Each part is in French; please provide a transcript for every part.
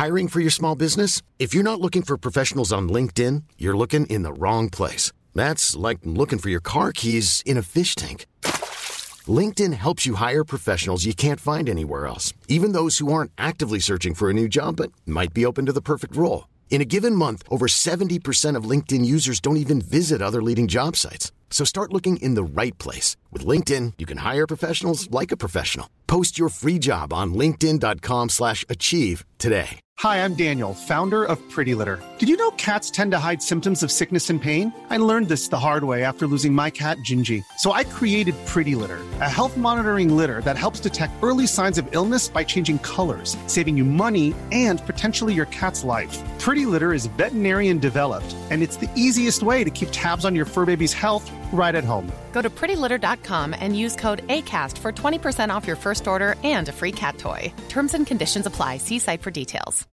Hiring for your small business? If you're not looking for professionals on LinkedIn, you're looking in the wrong place. That's like looking for your car keys in a fish tank. LinkedIn helps you hire professionals you can't find anywhere else, even those who aren't actively searching for a new job but might be open to the perfect role. In a given month, over 70% of LinkedIn users don't even visit other leading job sites. So start looking in the right place. With LinkedIn, you can hire professionals like a professional. Post your free job on linkedin.com/achieve today. Hi, I'm Daniel, founder of Pretty Litter. Did you know cats tend to hide symptoms of sickness and pain? I learned this the hard way after losing my cat, Gingy. So I created Pretty Litter, a health monitoring litter that helps detect early signs of illness by changing colors, saving you money and potentially your cat's life. Pretty Litter is veterinarian developed, and it's the easiest way to keep tabs on your fur baby's health right at home. Go to prettylitter.com and use code ACAST for 20% off your first order and a free cat toy. Terms and conditions apply. See site for details.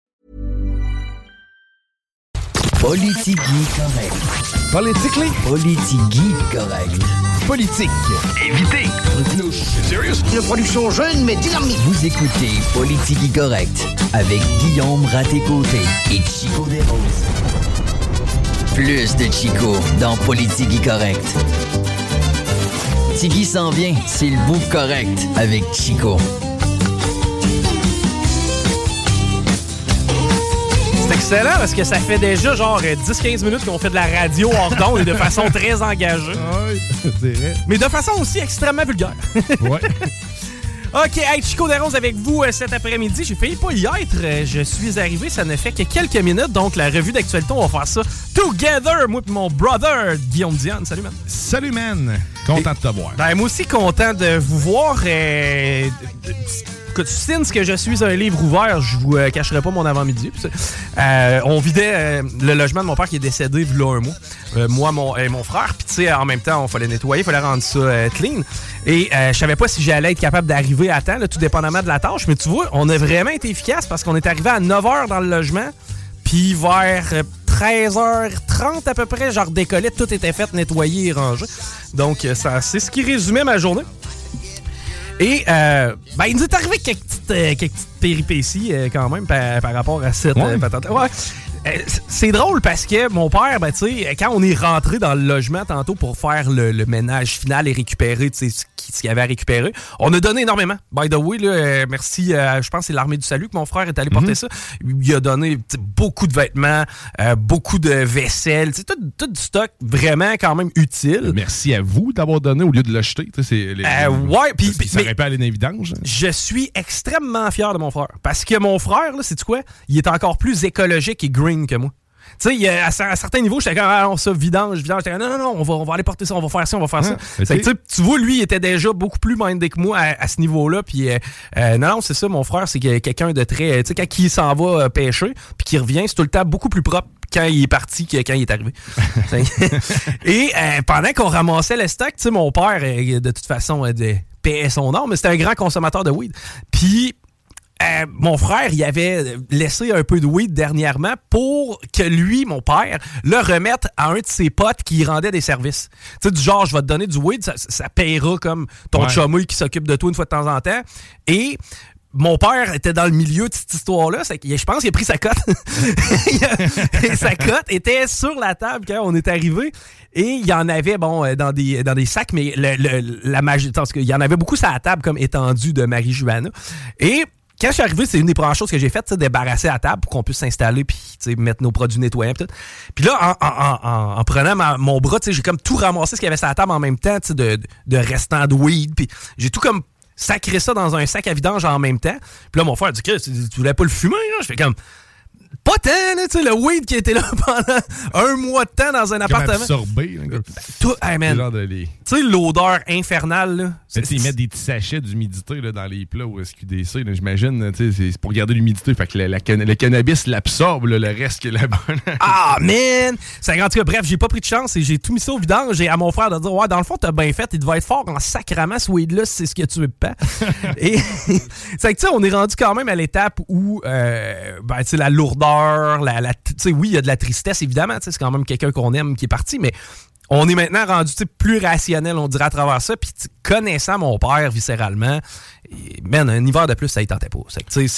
Politigui correct. Politically? Politigui correct. Politique. Évitez. Serious? Une production jeune mais dynamique. Vous écoutez Politigui correct avec Guillaume Raté-Côté et Chico Desroses. Plus de Chico dans Politigui correct. Tigui s'en vient, c'est le bout correct avec Chico. C'est excellent parce que ça fait déjà genre 10-15 minutes qu'on fait de la radio hors d'onde et de façon très engagée. Oui, c'est vrai. Mais de façon aussi extrêmement vulgaire. Ouais. OK, hey, Chico Desroses avec vous cet après-midi. J'ai failli pas y être. Je suis arrivé, ça ne fait que quelques minutes. Donc, la revue d'actualité, on va faire ça together. Moi et mon brother, Guillaume Diane. Salut, man. Salut, man. Content de te voir. Ben, moi aussi, content de vous voir. Écoute, since que je suis un livre ouvert, je vous cacherai pas mon avant-midi. On vidait le logement de mon père qui est décédé il y a un mois. Moi et mon frère. Puis tu sais, en même temps, il fallait nettoyer, il fallait rendre ça clean. Et je savais pas si j'allais être capable d'arriver à temps, là, tout dépendamment de la tâche. Mais tu vois, on a vraiment été efficace parce qu'on est arrivé à 9h dans le logement. Puis vers 13h30 à peu près, genre décollé, tout était fait, nettoyé et rangé. Donc, c'est ce qui résumait ma journée. Et il nous est arrivé quelques petites péripéties quand même par rapport à cette patente-là. Ouais. C'est drôle parce que mon père, ben, tu sais, quand on est rentré dans le logement tantôt pour faire le ménage final et récupérer ce qu'il y avait à récupérer, on a donné énormément. By the way, là, merci, je pense que c'est l'Armée du Salut que mon frère est allé porter ça. Il a donné beaucoup de vêtements, beaucoup de vaisselle, tout du stock vraiment quand même utile. Merci à vous d'avoir donné au lieu de l'acheter. Ouais, puis ça aurait pas allé dans les vidanges. Je suis extrêmement fier de mon frère. Parce que mon frère, là, sais-tu quoi? Il est encore plus écologique et green que moi. Tu sais, à certains niveaux, j'étais comme, ça, vidange. J'étais comme, non, on va aller porter ça, on va faire ça, on va faire ça. C'est que, tu vois, lui, il était déjà beaucoup plus mindé que moi à ce niveau-là. Puis, non, c'est ça, mon frère, c'est quelqu'un de très. Tu sais, quand il s'en va pêcher, puis qu'il revient, c'est tout le temps beaucoup plus propre quand il est parti que quand il est arrivé. Et pendant qu'on ramassait le stock, tu sais, mon père, de toute façon, paie son nom, mais c'était un grand consommateur de weed. Puis, mon frère, il avait laissé un peu de weed dernièrement pour que lui, mon père, le remette à un de ses potes qui rendait des services. Tu sais, du genre, je vais te donner du weed, ça paiera comme ton chumouille qui s'occupe de toi une fois de temps en temps. Et mon père était dans le milieu de cette histoire-là. Je pense qu'il a pris sa cote. Et sa cote était sur la table quand on est arrivé. Et il y en avait, dans des sacs, mais la majorité, parce qu'il y en avait beaucoup sur la table comme étendue de marijuana. Et quand je suis arrivé, c'est une des premières choses que j'ai faites, débarrasser la table pour qu'on puisse s'installer puis mettre nos produits nettoyants. Puis là, en prenant mon bras, j'ai comme tout ramassé ce qu'il y avait sur la table en même temps de restants de weed. Puis j'ai tout comme sacré ça dans un sac à vidange en même temps. Puis là, mon frère dit que tu voulais pas le fumer. Là? Je fais comme... Pas tant, là, tu sais, le weed qui était là pendant un mois de temps dans un appartement. Absorbé. Tout, hey man. Tu sais, l'odeur infernale, là. Ils mettent des petits sachets d'humidité là, dans les plats au SQDC, là, j'imagine. C'est pour garder l'humidité. Fait que le cannabis l'absorbe, là, le reste qui est là-bas. Ah, man! En tout cas, bref, j'ai pas pris de chance et j'ai tout mis ça au vidange. J'ai à mon frère de dire, ouais, dans le fond, t'as bien fait. Il devait être fort en sacrament, ce weed-là, si c'est ce que tu veux pas. Et c'est que, tu sais, on est rendu quand même à l'étape où, tu sais, la lourdeur, oui, il y a de la tristesse, évidemment. C'est quand même quelqu'un qu'on aime qui est parti, mais on est maintenant rendu plus rationnel, on dirait, à travers ça. Puis connaissant mon père viscéralement, Man, un hiver de plus, ça y tentait pas.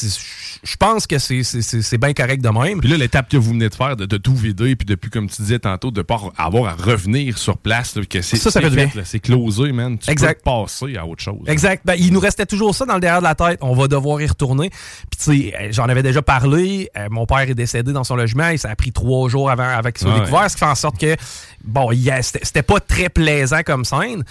Je pense que c'est bien correct de même. Puis là, l'étape que vous venez de faire, de tout vider, puis depuis, comme tu disais tantôt, de ne pas avoir à revenir sur place, là, que ça fait fait, là, c'est closé, man. Tu peux passer à autre chose. Exact. Ben, il nous restait toujours ça dans le derrière de la tête. On va devoir y retourner. Puis tu sais, j'en avais déjà parlé. Mon père est décédé dans son logement et ça a pris 3 jours avant qu'il soit découvert, ce qui fait en sorte que c'était pas très plaisant comme scène.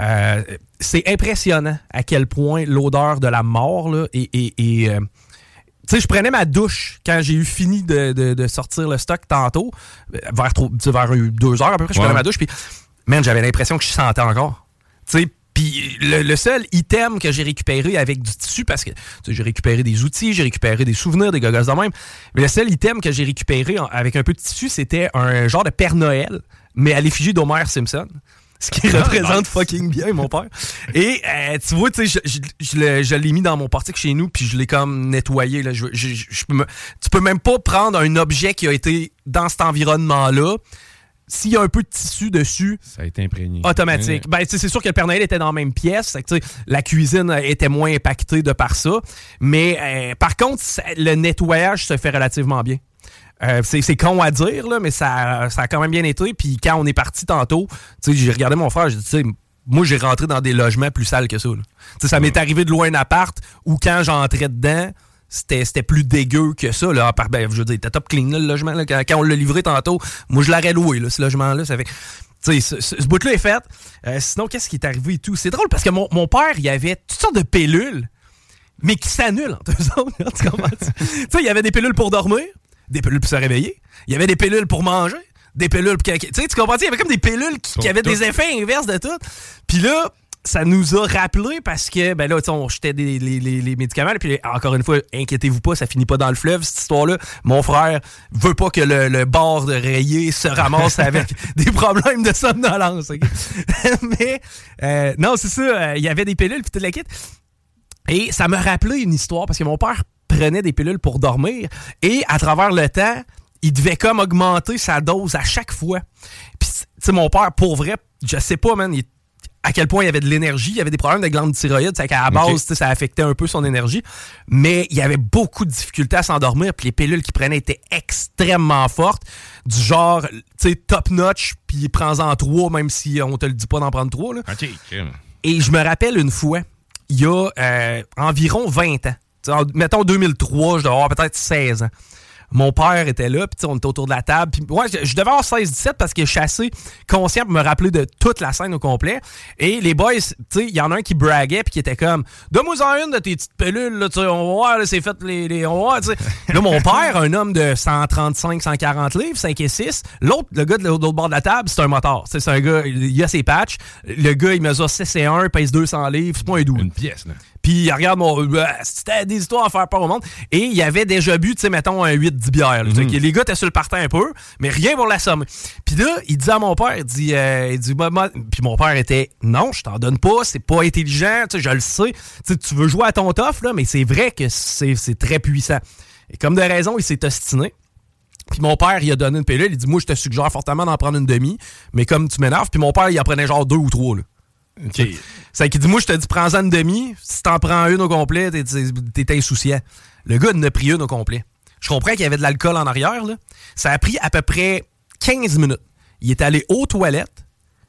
C'est impressionnant à quel point l'odeur de la mort là, tu sais, je prenais ma douche quand j'ai eu fini de sortir le stock tantôt, vers 2 heures à peu près, je prenais ma douche, puis man, j'avais l'impression que je sentais encore. Tu sais, puis le seul item que j'ai récupéré avec du tissu, parce que j'ai récupéré des outils, j'ai récupéré des souvenirs, des gogos de même, mais le seul item que j'ai récupéré avec un peu de tissu, c'était un genre de Père Noël, mais à l'effigie d'Homer Simpson. Ce qui représente fucking bien mon père. Et tu vois, tu sais, je l'ai mis dans mon portique chez nous, puis je l'ai comme nettoyé. Là. Tu peux même pas prendre un objet qui a été dans cet environnement-là. S'il y a un peu de tissu dessus, ça a été imprégné. Automatique. Ben, c'est sûr que le Père Noël était dans la même pièce. Que, la cuisine était moins impactée de par ça. Mais par contre, le nettoyage se fait relativement bien. C'est con à dire, là, mais ça a quand même bien été. Puis quand on est parti tantôt, j'ai regardé mon frère, j'ai dit, moi, j'ai rentré dans des logements plus sales que ça. Ça m'est arrivé de loin un appart où quand j'entrais dedans, c'était plus dégueu que ça. Là. Je veux dire, c'était top clean, là, le logement. Là. Quand on l'a livré tantôt, moi, je l'aurais loué, là, ce logement-là. Ça fait... ce bout-là est fait. Sinon, qu'est-ce qui est arrivé et tout? C'est drôle parce que mon père, il avait toutes sortes de pilules, mais qui s'annulent entre eux autres. Tu comprends? Il y avait des pilules pour dormir, des pilules pour se réveiller. Il y avait des pilules pour manger, des pilules pour... Tu comprends? Il y avait comme des pilules qui avaient des effets inverses de tout. Puis là, ça nous a rappelé parce que, ben là, on jetait les médicaments. Puis encore une fois, inquiétez-vous pas, ça finit pas dans le fleuve, cette histoire-là. Mon frère veut pas que le bord de rayé se ramasse avec des problèmes de somnolence. Okay? Mais, non, c'est ça. Il y avait des pilules, puis toute la kit. Et ça m'a rappelé une histoire parce que mon père prenait des pilules pour dormir et à travers le temps, il devait comme augmenter sa dose à chaque fois. Puis, tu sais, mon père, pour vrai, je sais pas, man, à quel point il y avait de l'énergie, il y avait des problèmes de glande thyroïde, c'est qu'à la base, ça affectait un peu son énergie, mais il y avait beaucoup de difficultés à s'endormir, puis les pilules qu'il prenait étaient extrêmement fortes, du genre, tu sais, top-notch, puis prends-en 3, même si on te le dit pas d'en prendre 3. Là. Okay. Et je me rappelle une fois, il y a environ 20 ans, mettons 2003, je devais avoir peut-être 16 ans. Mon père était là, puis on était autour de la table. Puis ouais, je devais avoir 16-17 parce que je suis assez conscient pour me rappeler de toute la scène au complet. Et les boys, tu sais, il y en a un qui braguait puis qui était comme « Donne-moi-en une de tes petites pilules, là, on va voir, là, c'est fait les on va voir, tu sais. » Là, mon père, un homme de 135, 140 livres, 5 et 6, l'autre, le gars de l'autre bord de la table, c'est un motard. C'est un gars, il a ses patchs. Le gars, il mesure 6 et 1, pèse 200 livres, c'est pas un doux. Une pièce, là. Puis, regarde, c'était des histoires à faire peur au monde. Et il avait déjà bu, tu sais, mettons, un 8-10 bières. Les gars étaient sur le partant un peu, mais rien pour l'assommer. Puis là, il dit à mon père, il dit puis mon père était, non, je t'en donne pas, c'est pas intelligent, tu sais, je le sais. Tu veux jouer à ton tof, là, mais c'est vrai que c'est très puissant. Et comme de raison, il s'est ostiné. Puis mon père, il a donné une pilule, il dit, moi, je te suggère fortement d'en prendre une demi, mais comme tu m'énerves, puis mon père, il en prenait genre 2 ou 3, là. Okay. C'est qu'il dit, moi, je te dis, prends-en une demi. Si t'en prends une au complet, t'es insouciant. Le gars en a pris une au complet. Je comprends qu'il y avait de l'alcool en arrière, là. Ça a pris à peu près 15 minutes. Il est allé aux toilettes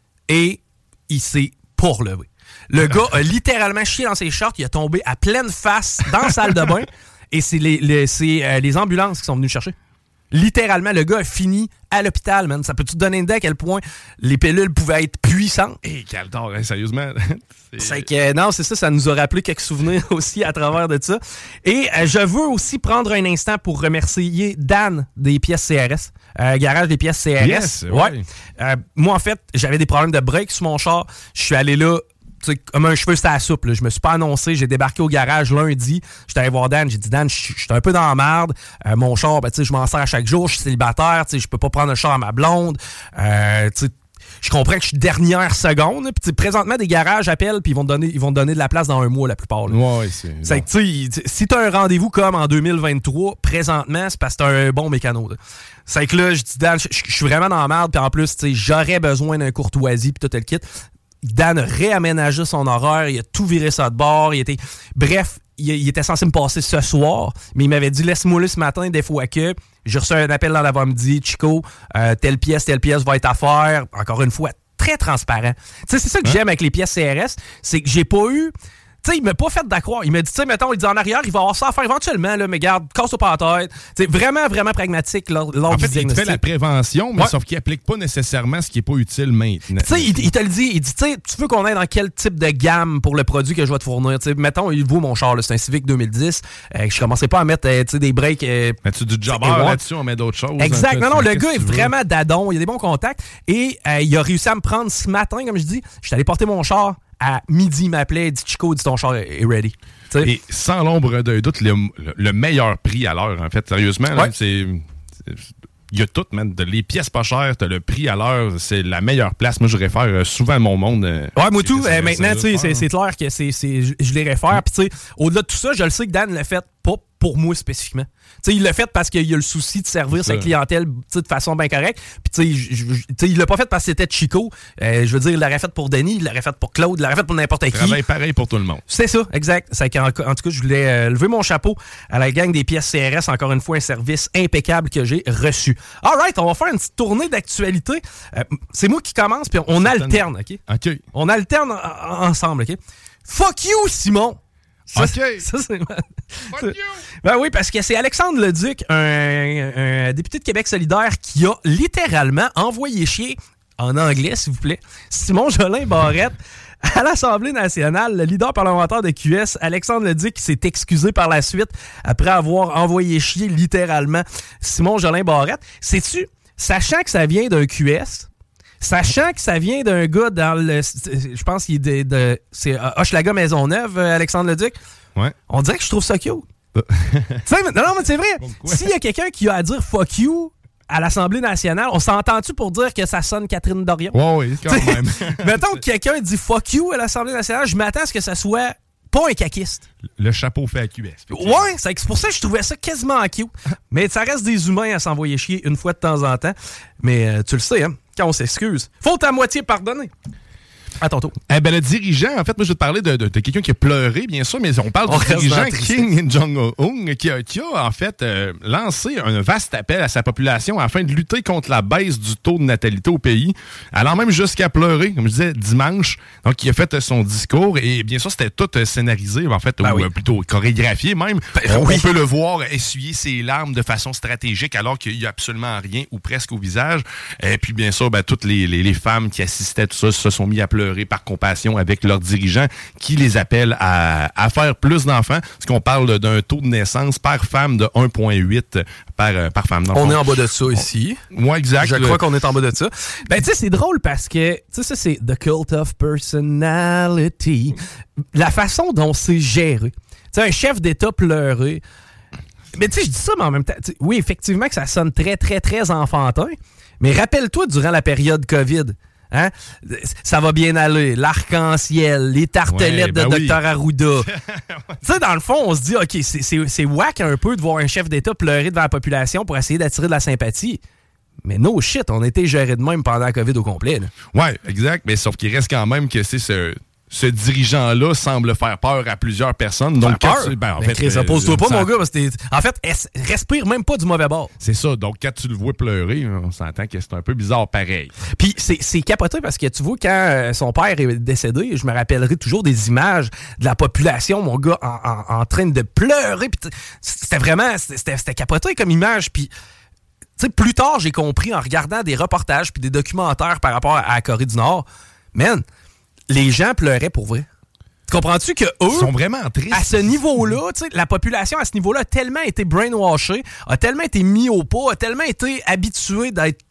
et il s'est pas relevé. Le gars a littéralement chié dans ses shorts. Il a tombé à pleine face dans la salle de bain. Et c'est les ambulances qui sont venues le chercher. Littéralement, le gars a fini à l'hôpital, man. Ça peut-tu te donner une idée à quel point les pilules pouvaient être puissantes? Hé, Caldor, hein, sérieusement. C'est que, non, c'est ça, ça nous a rappelé quelques souvenirs aussi à travers de ça. Et je veux aussi prendre un instant pour remercier Dan des pièces CRS. Garage des pièces CRS. Yes, ouais. Moi, en fait, j'avais des problèmes de break sur mon char. Je suis allé là, tu sais, comme un cheveu, c'était à la soupe. Là. Je me suis pas annoncé. J'ai débarqué au garage lundi. J'étais allé voir Dan. J'ai dit, Dan, je suis un peu dans la merde. Mon char, ben, tu sais, je m'en sers à chaque jour. Je suis célibataire. Tu sais, je peux pas prendre le char à ma blonde. Tu sais, je comprends que je suis dernière seconde. Puis présentement, des garages appellent puis ils vont te donner de la place dans un mois la plupart. Là. Ouais, c'est que, tu sais, si t'as un rendez-vous comme en 2023, présentement, c'est parce que t'as un bon mécano. Là. C'est que là, je dis, Dan, je suis vraiment dans la merde. Puis en plus, tu sais, j'aurais besoin d'un courtoisie puis tout le kit. Dan a réaménagé son horaire, il a tout viré ça de bord, bref, il était censé me passer ce soir, mais il m'avait dit laisse-moi là ce matin, des fois que j'ai reçu un appel dans l'avant-midi, Chico, telle pièce va être à faire, encore une fois, très transparent. Tu sais, c'est ça que j'aime avec les pièces CRS, c'est que j'ai pas eu... Tu sais, il m'a pas fait d'accroire. Il m'a dit, tu sais, mettons, il dit en arrière, il va avoir ça à faire éventuellement, là, mais garde, casse-toi pas la tête. C'est vraiment, vraiment pragmatique lors du diagnostic. Il te fait la prévention, mais sauf qu'il applique pas nécessairement ce qui est pas utile maintenant. Tu sais, il te le dit, il dit, tu sais, tu veux qu'on aille dans quel type de gamme pour le produit que je vais te fournir. Tu sais, mettons, il vaut mon char, là, c'est un Civic 2010. Je commençais pas à mettre, tu sais, des breaks. Mets-tu du jobber là-dessus, on met d'autres choses. Exact. Non, le gars est vraiment dadon. Il a des bons contacts. Et il a réussi à me prendre ce matin, comme je dis. Je suis allé porter mon char. À midi, il m'appelait, il dit Chico, ton char est ready. T'sais. Et sans l'ombre d'un doute, le meilleur prix à l'heure, en fait, sérieusement, là, c'est. Il y a tout, man. Les pièces pas chères, t'as le prix à l'heure, c'est la meilleure place. Moi, je réfère souvent mon monde. Moi, tout. Maintenant, tu sais, c'est clair que je les réfère. Puis, tu sais, au-delà de tout ça, je le sais que Dan l'a fait pas pour moi spécifiquement. T'sais, il l'a fait parce qu'il a le souci de servir sa clientèle de façon bien correcte. Puis, il l'a pas fait parce que c'était Chico. Je veux dire, il l'aurait fait pour Denis, il l'aurait fait pour Claude, il l'aurait fait pour n'importe qui. Travail pareil pour tout le monde. C'est ça, exact. En tout cas, je voulais lever mon chapeau à la gang des pièces CRS. Encore une fois, un service impeccable que j'ai reçu. All right, on va faire une petite tournée d'actualité. C'est moi qui commence, puis on alterne, OK? OK. On alterne ensemble, OK? Fuck you, Simon! Ça, OK. Ça, c'est... Fuck you! Ben oui, parce que c'est Alexandre Leduc, un député de Québec solidaire, qui a littéralement envoyé chier, en anglais, s'il vous plaît, Simon Jolin Barrette à l'Assemblée nationale. Le leader parlementaire de QS, Alexandre Leduc, qui s'est excusé par la suite après avoir envoyé chier littéralement Simon Jolin Barrette. Sais-tu, sachant que ça vient d'un QS... Sachant que ça vient d'un gars dans le... Je pense qu'il est c'est Hochelaga Maisonneuve, Alexandre Leduc. Ouais. On dirait que je trouve ça cute. non, mais c'est vrai. S'il y a quelqu'un qui a à dire « fuck you » à l'Assemblée nationale, on s'entend-tu pour dire que ça sonne Catherine Dorion? Oui, quand même. Mettons que quelqu'un dit « fuck you » à l'Assemblée nationale, je m'attends à ce que ça soit pas un caquiste. Le chapeau fait à QS. Ouais, c'est pour ça que je trouvais ça quasiment cute. Mais ça reste des humains à s'envoyer chier une fois de temps en temps. Mais tu le sais, hein, quand on s'excuse, faut à moitié pardonner. À ton tour. Le dirigeant, en fait, moi, je vais te parler de quelqu'un qui a pleuré, bien sûr, mais on parle du dirigeant Kim Jong-un qui a, en fait, lancé un vaste appel à sa population afin de lutter contre la baisse du taux de natalité au pays, allant même jusqu'à pleurer, comme je disais, dimanche. Donc, il a fait son discours et, bien sûr, c'était tout scénarisé, en fait, ou plutôt chorégraphié même. On peut le voir essuyer ses larmes de façon stratégique alors qu'il n'y a absolument rien ou presque au visage. Et puis, bien sûr, toutes les femmes qui assistaient à tout ça se sont mis à pleurer par compassion avec leurs dirigeants qui les appellent à faire plus d'enfants. Parce qu'on parle d'un taux de naissance par femme de 1,8 par femme. On est en bas de ça ici. Moi, exact. Je crois qu'on est en bas de ça. Ben, tu sais, c'est drôle parce que, tu sais, ça, c'est The Cult of Personality. La façon dont c'est géré. Tu sais, un chef d'État pleurer. Mais tu sais, je dis ça, mais en même temps, oui, effectivement que ça sonne très, très, très enfantin. Mais rappelle-toi durant la période COVID. Hein? Ça va bien aller. L'arc-en-ciel, les tartelettes de Dr. Arruda. Tu sais, dans le fond, on se dit, OK, c'est whack un peu de voir un chef d'État pleurer devant la population pour essayer d'attirer de la sympathie. Mais no shit, on a été géré de même pendant la COVID au complet. Là. Ouais, exact. Mais sauf qu'il reste quand même que c'est ce dirigeant-là semble faire peur à plusieurs personnes. Donc, pose-toi pas, mon gars, parce que en fait, respire même pas du mauvais bord. C'est ça. Donc, quand tu le vois pleurer, on s'entend que c'est un peu bizarre pareil. Puis, c'est capoté parce que tu vois, quand son père est décédé, je me rappellerai toujours des images de la population, mon gars, en train de pleurer. Puis, c'était vraiment, c'était capoté comme image. Puis, tu sais, plus tard, j'ai compris en regardant des reportages puis des documentaires par rapport à la Corée du Nord, man, les gens pleuraient pour vrai. Tu comprends-tu que eux, ils sont vraiment tristes. À ce niveau-là, la population à ce niveau-là a tellement été brainwashée, a tellement été mis au pas, a tellement été habituée d'être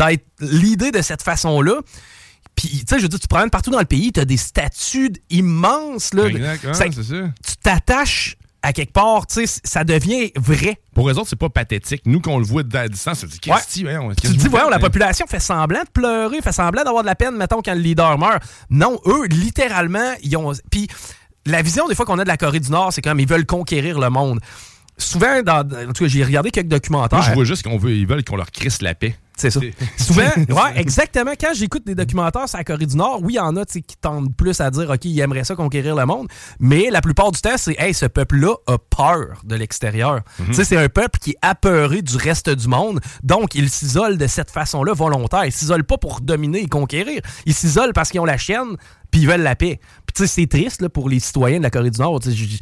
leadée de cette façon-là. Puis, tu sais, je veux dire, tu te promènes partout dans le pays, tu as des statues immenses. Là, exact, c'est ça. Tu t'attaches à quelque part, tu sais, ça devient vrai. Pour eux autres, c'est pas pathétique. Nous, qu'on le voit de la distance, on se dit, tu te dis, voyons, la population fait semblant de pleurer, fait semblant d'avoir de la peine, mettons, quand le leader meurt. Non, eux, littéralement, ils ont... Puis, la vision, des fois, qu'on a de la Corée du Nord, c'est comme ils veulent conquérir le monde. Souvent, en tout cas, j'ai regardé quelques documentaires. Moi, je vois juste qu'ils veulent qu'on leur crisse la paix. C'est ça. Souvent, ouais, exactement. Quand j'écoute des documentaires sur la Corée du Nord, oui, il y en a qui tendent plus à dire, OK, ils aimeraient ça conquérir le monde, mais la plupart du temps, c'est, hey, ce peuple-là a peur de l'extérieur. Tu sais, c'est un peuple qui est apeuré du reste du monde, donc il s'isole de cette façon-là volontaire. Il s'isole pas pour dominer et conquérir. Il s'isole parce qu'ils ont la chienne, puis ils veulent la paix. Puis tu sais, c'est triste là, pour les citoyens de la Corée du Nord.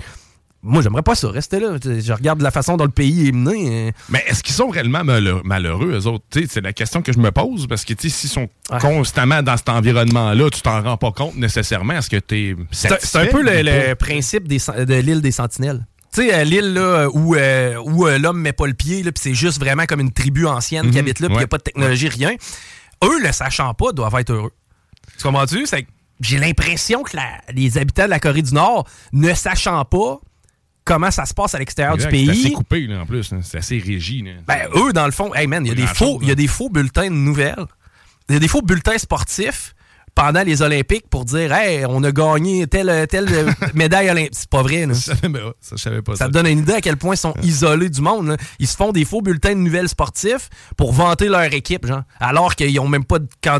Moi, j'aimerais pas ça, rester là. Je regarde la façon dont le pays est mené. Mais est-ce qu'ils sont réellement malheureux, eux autres? T'sais, c'est la question que je me pose, parce que s'ils sont constamment dans cet environnement-là, tu t'en rends pas compte nécessairement. Est-ce que t'es satisfait? C'est un peu le principe de l'île des Sentinelles. Tu sais, l'île là, où l'homme met pas le pied, puis c'est juste vraiment comme une tribu ancienne qui habite là, puis il n'y a pas de technologie, rien. Eux, le sachant pas, doivent être heureux. Tu comprends-tu? J'ai l'impression que les habitants de la Corée du Nord, ne sachant pas comment ça se passe à l'extérieur du pays. C'est assez coupé, là, en plus. Là. C'est assez régi. Là. Ben, eux, dans le fond, hey man, il y a des faux bulletins de nouvelles. Il y a des faux bulletins sportifs pendant les Olympiques pour dire, hey, on a gagné telle médaille olympique. C'est pas vrai, là. Je savais pas ça. Ça te donne une idée à quel point ils sont isolés du monde, là. Ils se font des faux bulletins de nouvelles sportifs pour vanter leur équipe, genre. Alors qu'ils n'ont même pas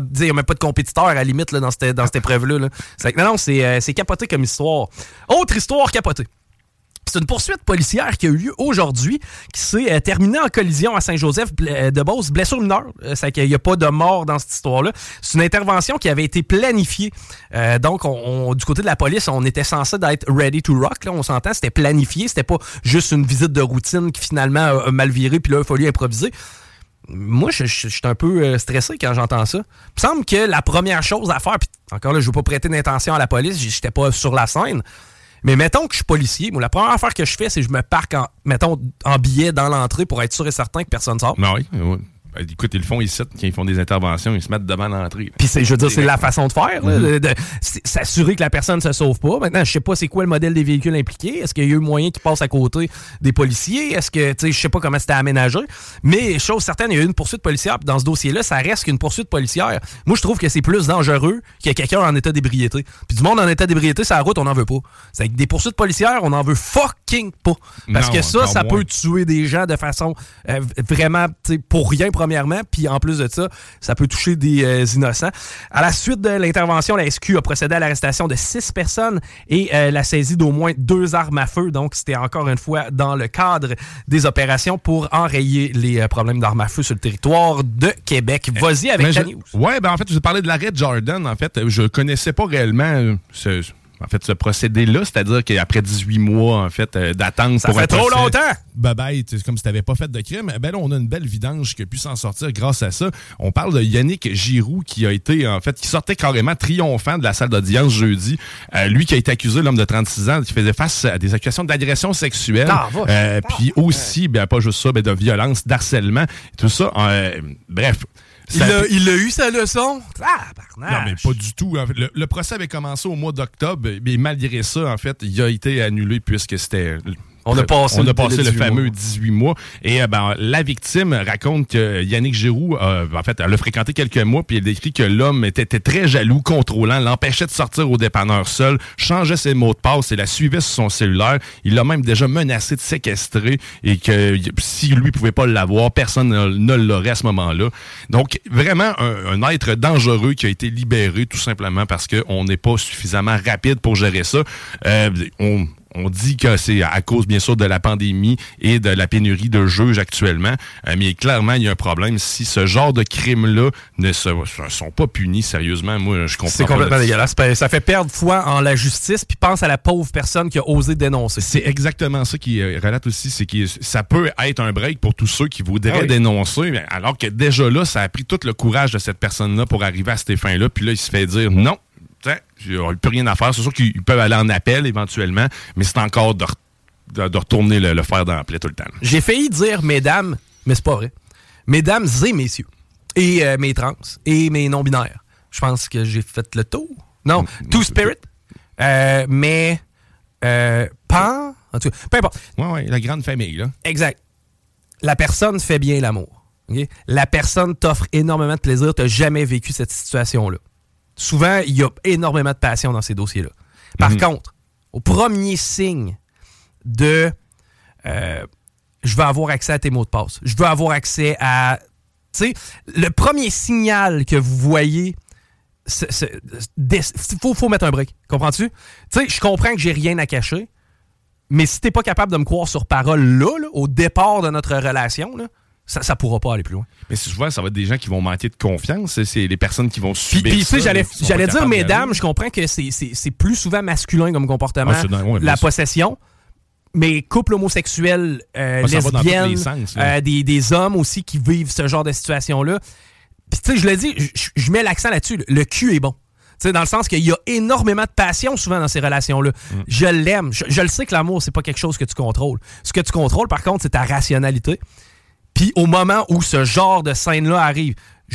de compétiteurs, à la limite, là, dans cette épreuve-là, là. C'est capoté comme histoire. Autre histoire capotée. C'est une poursuite policière qui a eu lieu aujourd'hui, qui s'est terminée en collision à Saint-Joseph-de-Beauce, blessure mineure. C'est qu'il n'y a pas de mort dans cette histoire-là. C'est une intervention qui avait été planifiée. Donc, du côté de la police, on était censé être ready to rock. Là, on s'entend, c'était planifié. C'était pas juste une visite de routine qui finalement a mal viré, puis là, il a fallu improviser. Moi, je suis un peu stressé quand j'entends ça. Il me semble que la première chose à faire, puis encore là, je ne veux pas prêter d'intention à la police, j'étais pas sur la scène. Mais mettons que je suis policier. Moi, la première affaire que je fais, c'est que je me parque en billet dans l'entrée pour être sûr et certain que personne ne sort. Non, oui. Écoute, ils le font ici, quand ils font des interventions, ils se mettent devant l'entrée. Puis je veux dire, c'est la façon de faire, là, de s'assurer que la personne ne se sauve pas. Maintenant, je sais pas c'est quoi le modèle des véhicules impliqués. Est-ce qu'il y a eu moyen qui passe à côté des policiers? Est-ce que, tu sais, je sais pas comment c'était aménagé. Mais chose certaine, il y a eu une poursuite policière. Puis dans ce dossier-là, ça reste qu'une poursuite policière. Moi, je trouve que c'est plus dangereux que quelqu'un en état d'ébriété. Puis du monde en état d'ébriété, sur la route, on n'en veut pas. C'est que des poursuites policières, on n'en veut fucking pas. Parce que ça peut tuer des gens de façon vraiment, tu sais, pour rien, premièrement, puis en plus de ça, ça peut toucher des innocents. À la suite de l'intervention, la SQ a procédé à l'arrestation de 6 personnes et la saisie d'au moins 2 armes à feu. Donc, c'était encore une fois dans le cadre des opérations pour enrayer les problèmes d'armes à feu sur le territoire de Québec. Vas-y avec ta news. Ouais, ben en fait, je vais parler de l'arrêt de Jordan. En fait, je connaissais pas réellement ce procédé-là, c'est-à-dire qu'après 18 mois, en fait, d'attente ça fait trop longtemps! Bye-bye, c'est comme si t'avais pas fait de crime. Ben là, on a une belle vidange qui a pu s'en sortir grâce à ça. On parle de Yannick Giroux qui a été, en fait, qui sortait carrément triomphant de la salle d'audience jeudi. Lui qui a été accusé, l'homme de 36 ans, qui faisait face à des accusations d'agression sexuelle. Puis aussi, pas juste ça, de violence, d'harcèlement, tout ça. Bref. Il a eu sa leçon? Non, mais pas du tout. En fait, le procès avait commencé au mois d'octobre, mais malgré ça, en fait, il a été annulé puisque c'était... On a passé le fameux 18 mois. Et la victime raconte que Yannick Giroux, en fait, elle a fréquenté quelques mois, puis elle décrit que l'homme était très jaloux, contrôlant, l'empêchait de sortir au dépanneur seul, changeait ses mots de passe et la suivait sur son cellulaire. Il l'a même déjà menacé de séquestrer et que si lui pouvait pas l'avoir, personne ne l'aurait à ce moment-là. Donc, vraiment, un être dangereux qui a été libéré tout simplement parce qu'on n'est pas suffisamment rapide pour gérer ça. On dit que c'est à cause, bien sûr, de la pandémie et de la pénurie de juges actuellement. Mais clairement, il y a un problème. Si ce genre de crimes-là ne sont pas punis, sérieusement, moi, je comprends pas. C'est complètement dégueulasse. Ça fait perdre foi en la justice, puis pense à la pauvre personne qui a osé dénoncer. C'est exactement ça qui relate aussi. C'est que ça peut être un break pour tous ceux qui voudraient dénoncer, alors que déjà là, ça a pris tout le courage de cette personne-là pour arriver à ces fins-là. Puis là, il se fait dire non. Il n'y a plus rien à faire. C'est sûr qu'ils peuvent aller en appel éventuellement, mais c'est encore de retourner le fer dans la plaie tout le temps. J'ai failli dire mesdames, mais c'est pas vrai. Mesdames et messieurs, et mes trans, et mes non-binaires. Je pense que j'ai fait le tour. Non, Two-Spirit, mais pan, en tout cas, peu importe. Oui, la grande famille, là. Exact. La personne fait bien l'amour. Okay? La personne t'offre énormément de plaisir. Tu n'as jamais vécu cette situation-là. Souvent, il y a énormément de passion dans ces dossiers-là. Par contre, au premier signe de je veux avoir accès à tes mots de passe, je veux avoir accès à sais, le premier signal que vous voyez, faut mettre un break. Comprends-tu? Tu sais, je comprends que j'ai rien à cacher, mais si t'es pas capable de me croire sur parole là, au départ de notre relation, là, ça pourra pas aller plus loin. Mais si je vois, ça va être des gens qui vont manquer de confiance. C'est les personnes qui vont subir puis, ça. Puis, j'allais dire, mesdames, je comprends que c'est plus souvent masculin comme comportement, la possession. Mais couple homosexuel, lesbiennes, des hommes aussi qui vivent ce genre de situation-là. Puis, tu sais, je le dis, je mets l'accent là-dessus. Le cul est bon. Tu sais, dans le sens qu'il y a énormément de passion souvent dans ces relations-là. Je l'aime. Je le sais que l'amour, c'est pas quelque chose que tu contrôles. Ce que tu contrôles, par contre, c'est ta rationalité. Puis au moment où ce genre de scène-là arrive,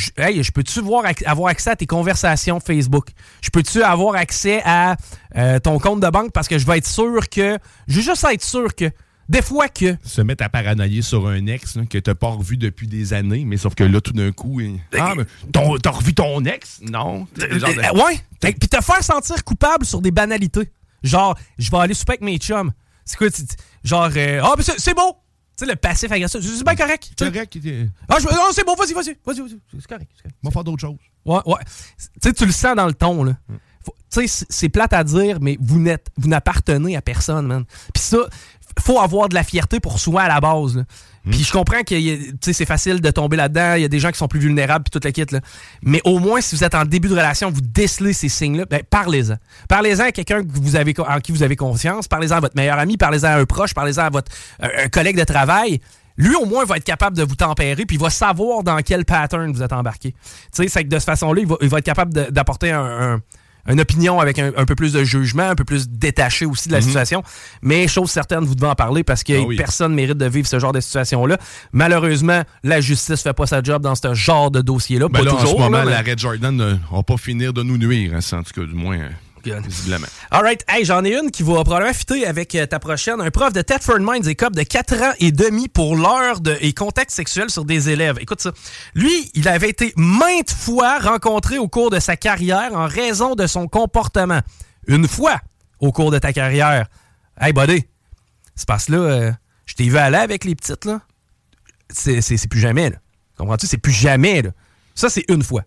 je peux-tu avoir accès à tes conversations Facebook? Je peux-tu avoir accès à ton compte de banque parce que je vais être sûr que... Je veux juste être sûr que... Des fois que... Se mettre à paranoïer sur un ex là, que t'as pas revu depuis des années, mais sauf que là, tout d'un coup... Ah, mais t'as revu ton ex? Non. Ouais. Puis te faire sentir coupable sur des banalités. Genre, je vais aller souper avec mes chums. C'est quoi? Genre, mais c'est beau! Tu sais, le passif agressif, c'est bien correct. C'est correct. C'est bon, vas-y. C'est correct. On va faire d'autres choses. Ouais. Tu sais, tu le sens dans le ton, là. Tu sais, c'est plate à dire, mais vous n'appartenez à personne, man. Puis ça, faut avoir de la fierté pour soi à la base, là. Puis je comprends que c'est facile de tomber là-dedans. Il y a des gens qui sont plus vulnérables puis toute la kit, là. Mais au moins, si vous êtes en début de relation, vous décelez ces signes-là, ben parlez-en. Parlez-en à quelqu'un en qui vous avez confiance. Parlez-en à votre meilleur ami. Parlez-en à un proche. Parlez-en à votre un collègue de travail. Lui, au moins, va être capable de vous tempérer puis il va savoir dans quel pattern vous êtes embarqué. Tu sais, c'est que de cette façon-là, il va être capable d'apporter une opinion avec un peu plus de jugement, un peu plus détaché aussi de la situation. Mais chose certaine, vous devez en parler parce que personne ne mérite de vivre ce genre de situation-là. Malheureusement, la justice fait pas sa job dans ce genre de dossier-là. Ben pas là, toujours. En ce moment, l'arrêt Jordan va pas finir de nous nuire, hein, en tout cas, du moins... visiblement. All right. Hey, j'en ai une qui va probablement fitter avec ta prochaine. Un prof de Thetford Mines écope de 4 ans et demi pour l'heure et contact sexuel sur des élèves. Écoute ça. Lui, il avait été maintes fois rencontré au cours de sa carrière en raison de son comportement. Une fois au cours de ta carrière. Hey, buddy, c'est parce que là, je t'ai vu aller avec les petites, là. C'est plus jamais, là. Comprends-tu? C'est plus jamais, là. Ça, c'est une fois.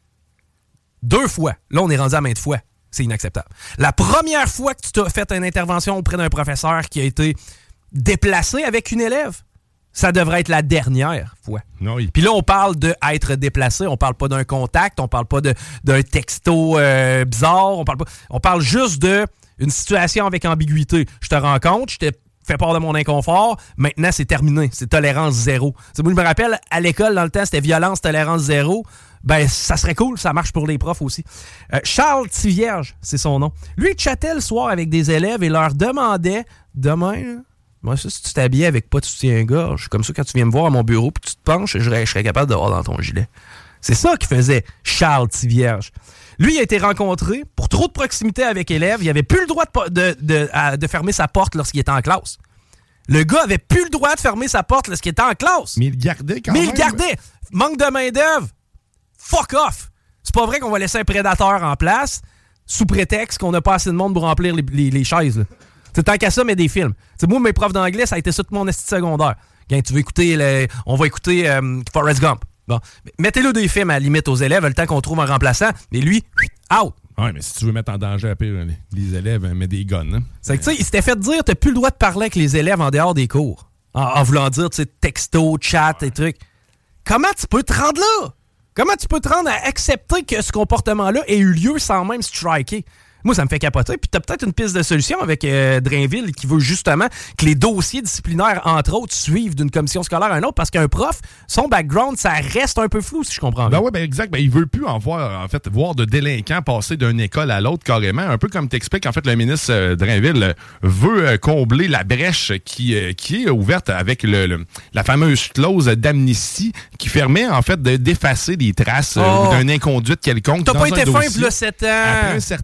2 fois. Là, on est rendu à maintes fois. C'est inacceptable. La première fois que tu t'as fait une intervention auprès d'un professeur qui a été déplacé avec une élève, ça devrait être la dernière fois. Oui. Puis là, on parle d'être déplacé, on parle pas d'un contact, on parle pas d'un texto bizarre, on parle juste d'une situation avec ambiguïté. Je te rencontre, je te fais part de mon inconfort, maintenant c'est terminé, c'est tolérance zéro. Moi, je me rappelle, à l'école, dans le temps, c'était violence, tolérance zéro. Ben, ça serait cool, ça marche pour les profs aussi. Charles Tivierge, c'est son nom. Lui, il chattait le soir avec des élèves et leur demandait, demain, moi, si tu t'habillais avec pas de soutien-gorge, comme ça, quand tu viens me voir à mon bureau puis tu te penches, je serais capable de voir dans ton gilet. C'est ça qu'il faisait Charles Tivierge. Lui, il a été rencontré pour trop de proximité avec élèves. Il avait plus le droit de fermer sa porte lorsqu'il était en classe. Le gars avait plus le droit de fermer sa porte lorsqu'il était en classe. Mais il gardait quand même. Mais il gardait. Manque de main-d'œuvre. Fuck off! C'est pas vrai qu'on va laisser un prédateur en place sous prétexte qu'on n'a pas assez de monde pour remplir les chaises. C'est tant qu'à ça, mais des films. T'sais, moi, mes profs d'anglais, ça a été ça tout mon esti secondaire. Quand tu veux écouter, on va écouter Forrest Gump. Bon. Mettez-le des films à la limite aux élèves, le temps qu'on trouve un remplaçant, mais lui, out! Oui, mais si tu veux mettre en danger les élèves, mets des guns. Hein? C'est que tu sais, il s'était fait dire t'as plus le droit de parler avec les élèves en dehors des cours. En voulant dire, tu sais, texto, chat et trucs. Comment tu peux te rendre là? Comment tu peux te rendre à accepter que ce comportement-là ait eu lieu sans même striker? Moi, ça me fait capoter. Puis t'as peut-être une piste de solution avec Drainville qui veut justement que les dossiers disciplinaires, entre autres, suivent d'une commission scolaire à une autre parce qu'un prof, son background, ça reste un peu flou, si je comprends bien. Ben oui, exact. Ben, il veut plus voir de délinquants passer d'une école à l'autre carrément. Un peu comme t'expliques, en fait, le ministre Drainville veut combler la brèche qui est ouverte avec la fameuse clause d'amnistie qui permet, en fait, d'effacer des traces d'une inconduite quelconque. T'as dans pas été fin, dossier, là, 7 ans. après un certain temps.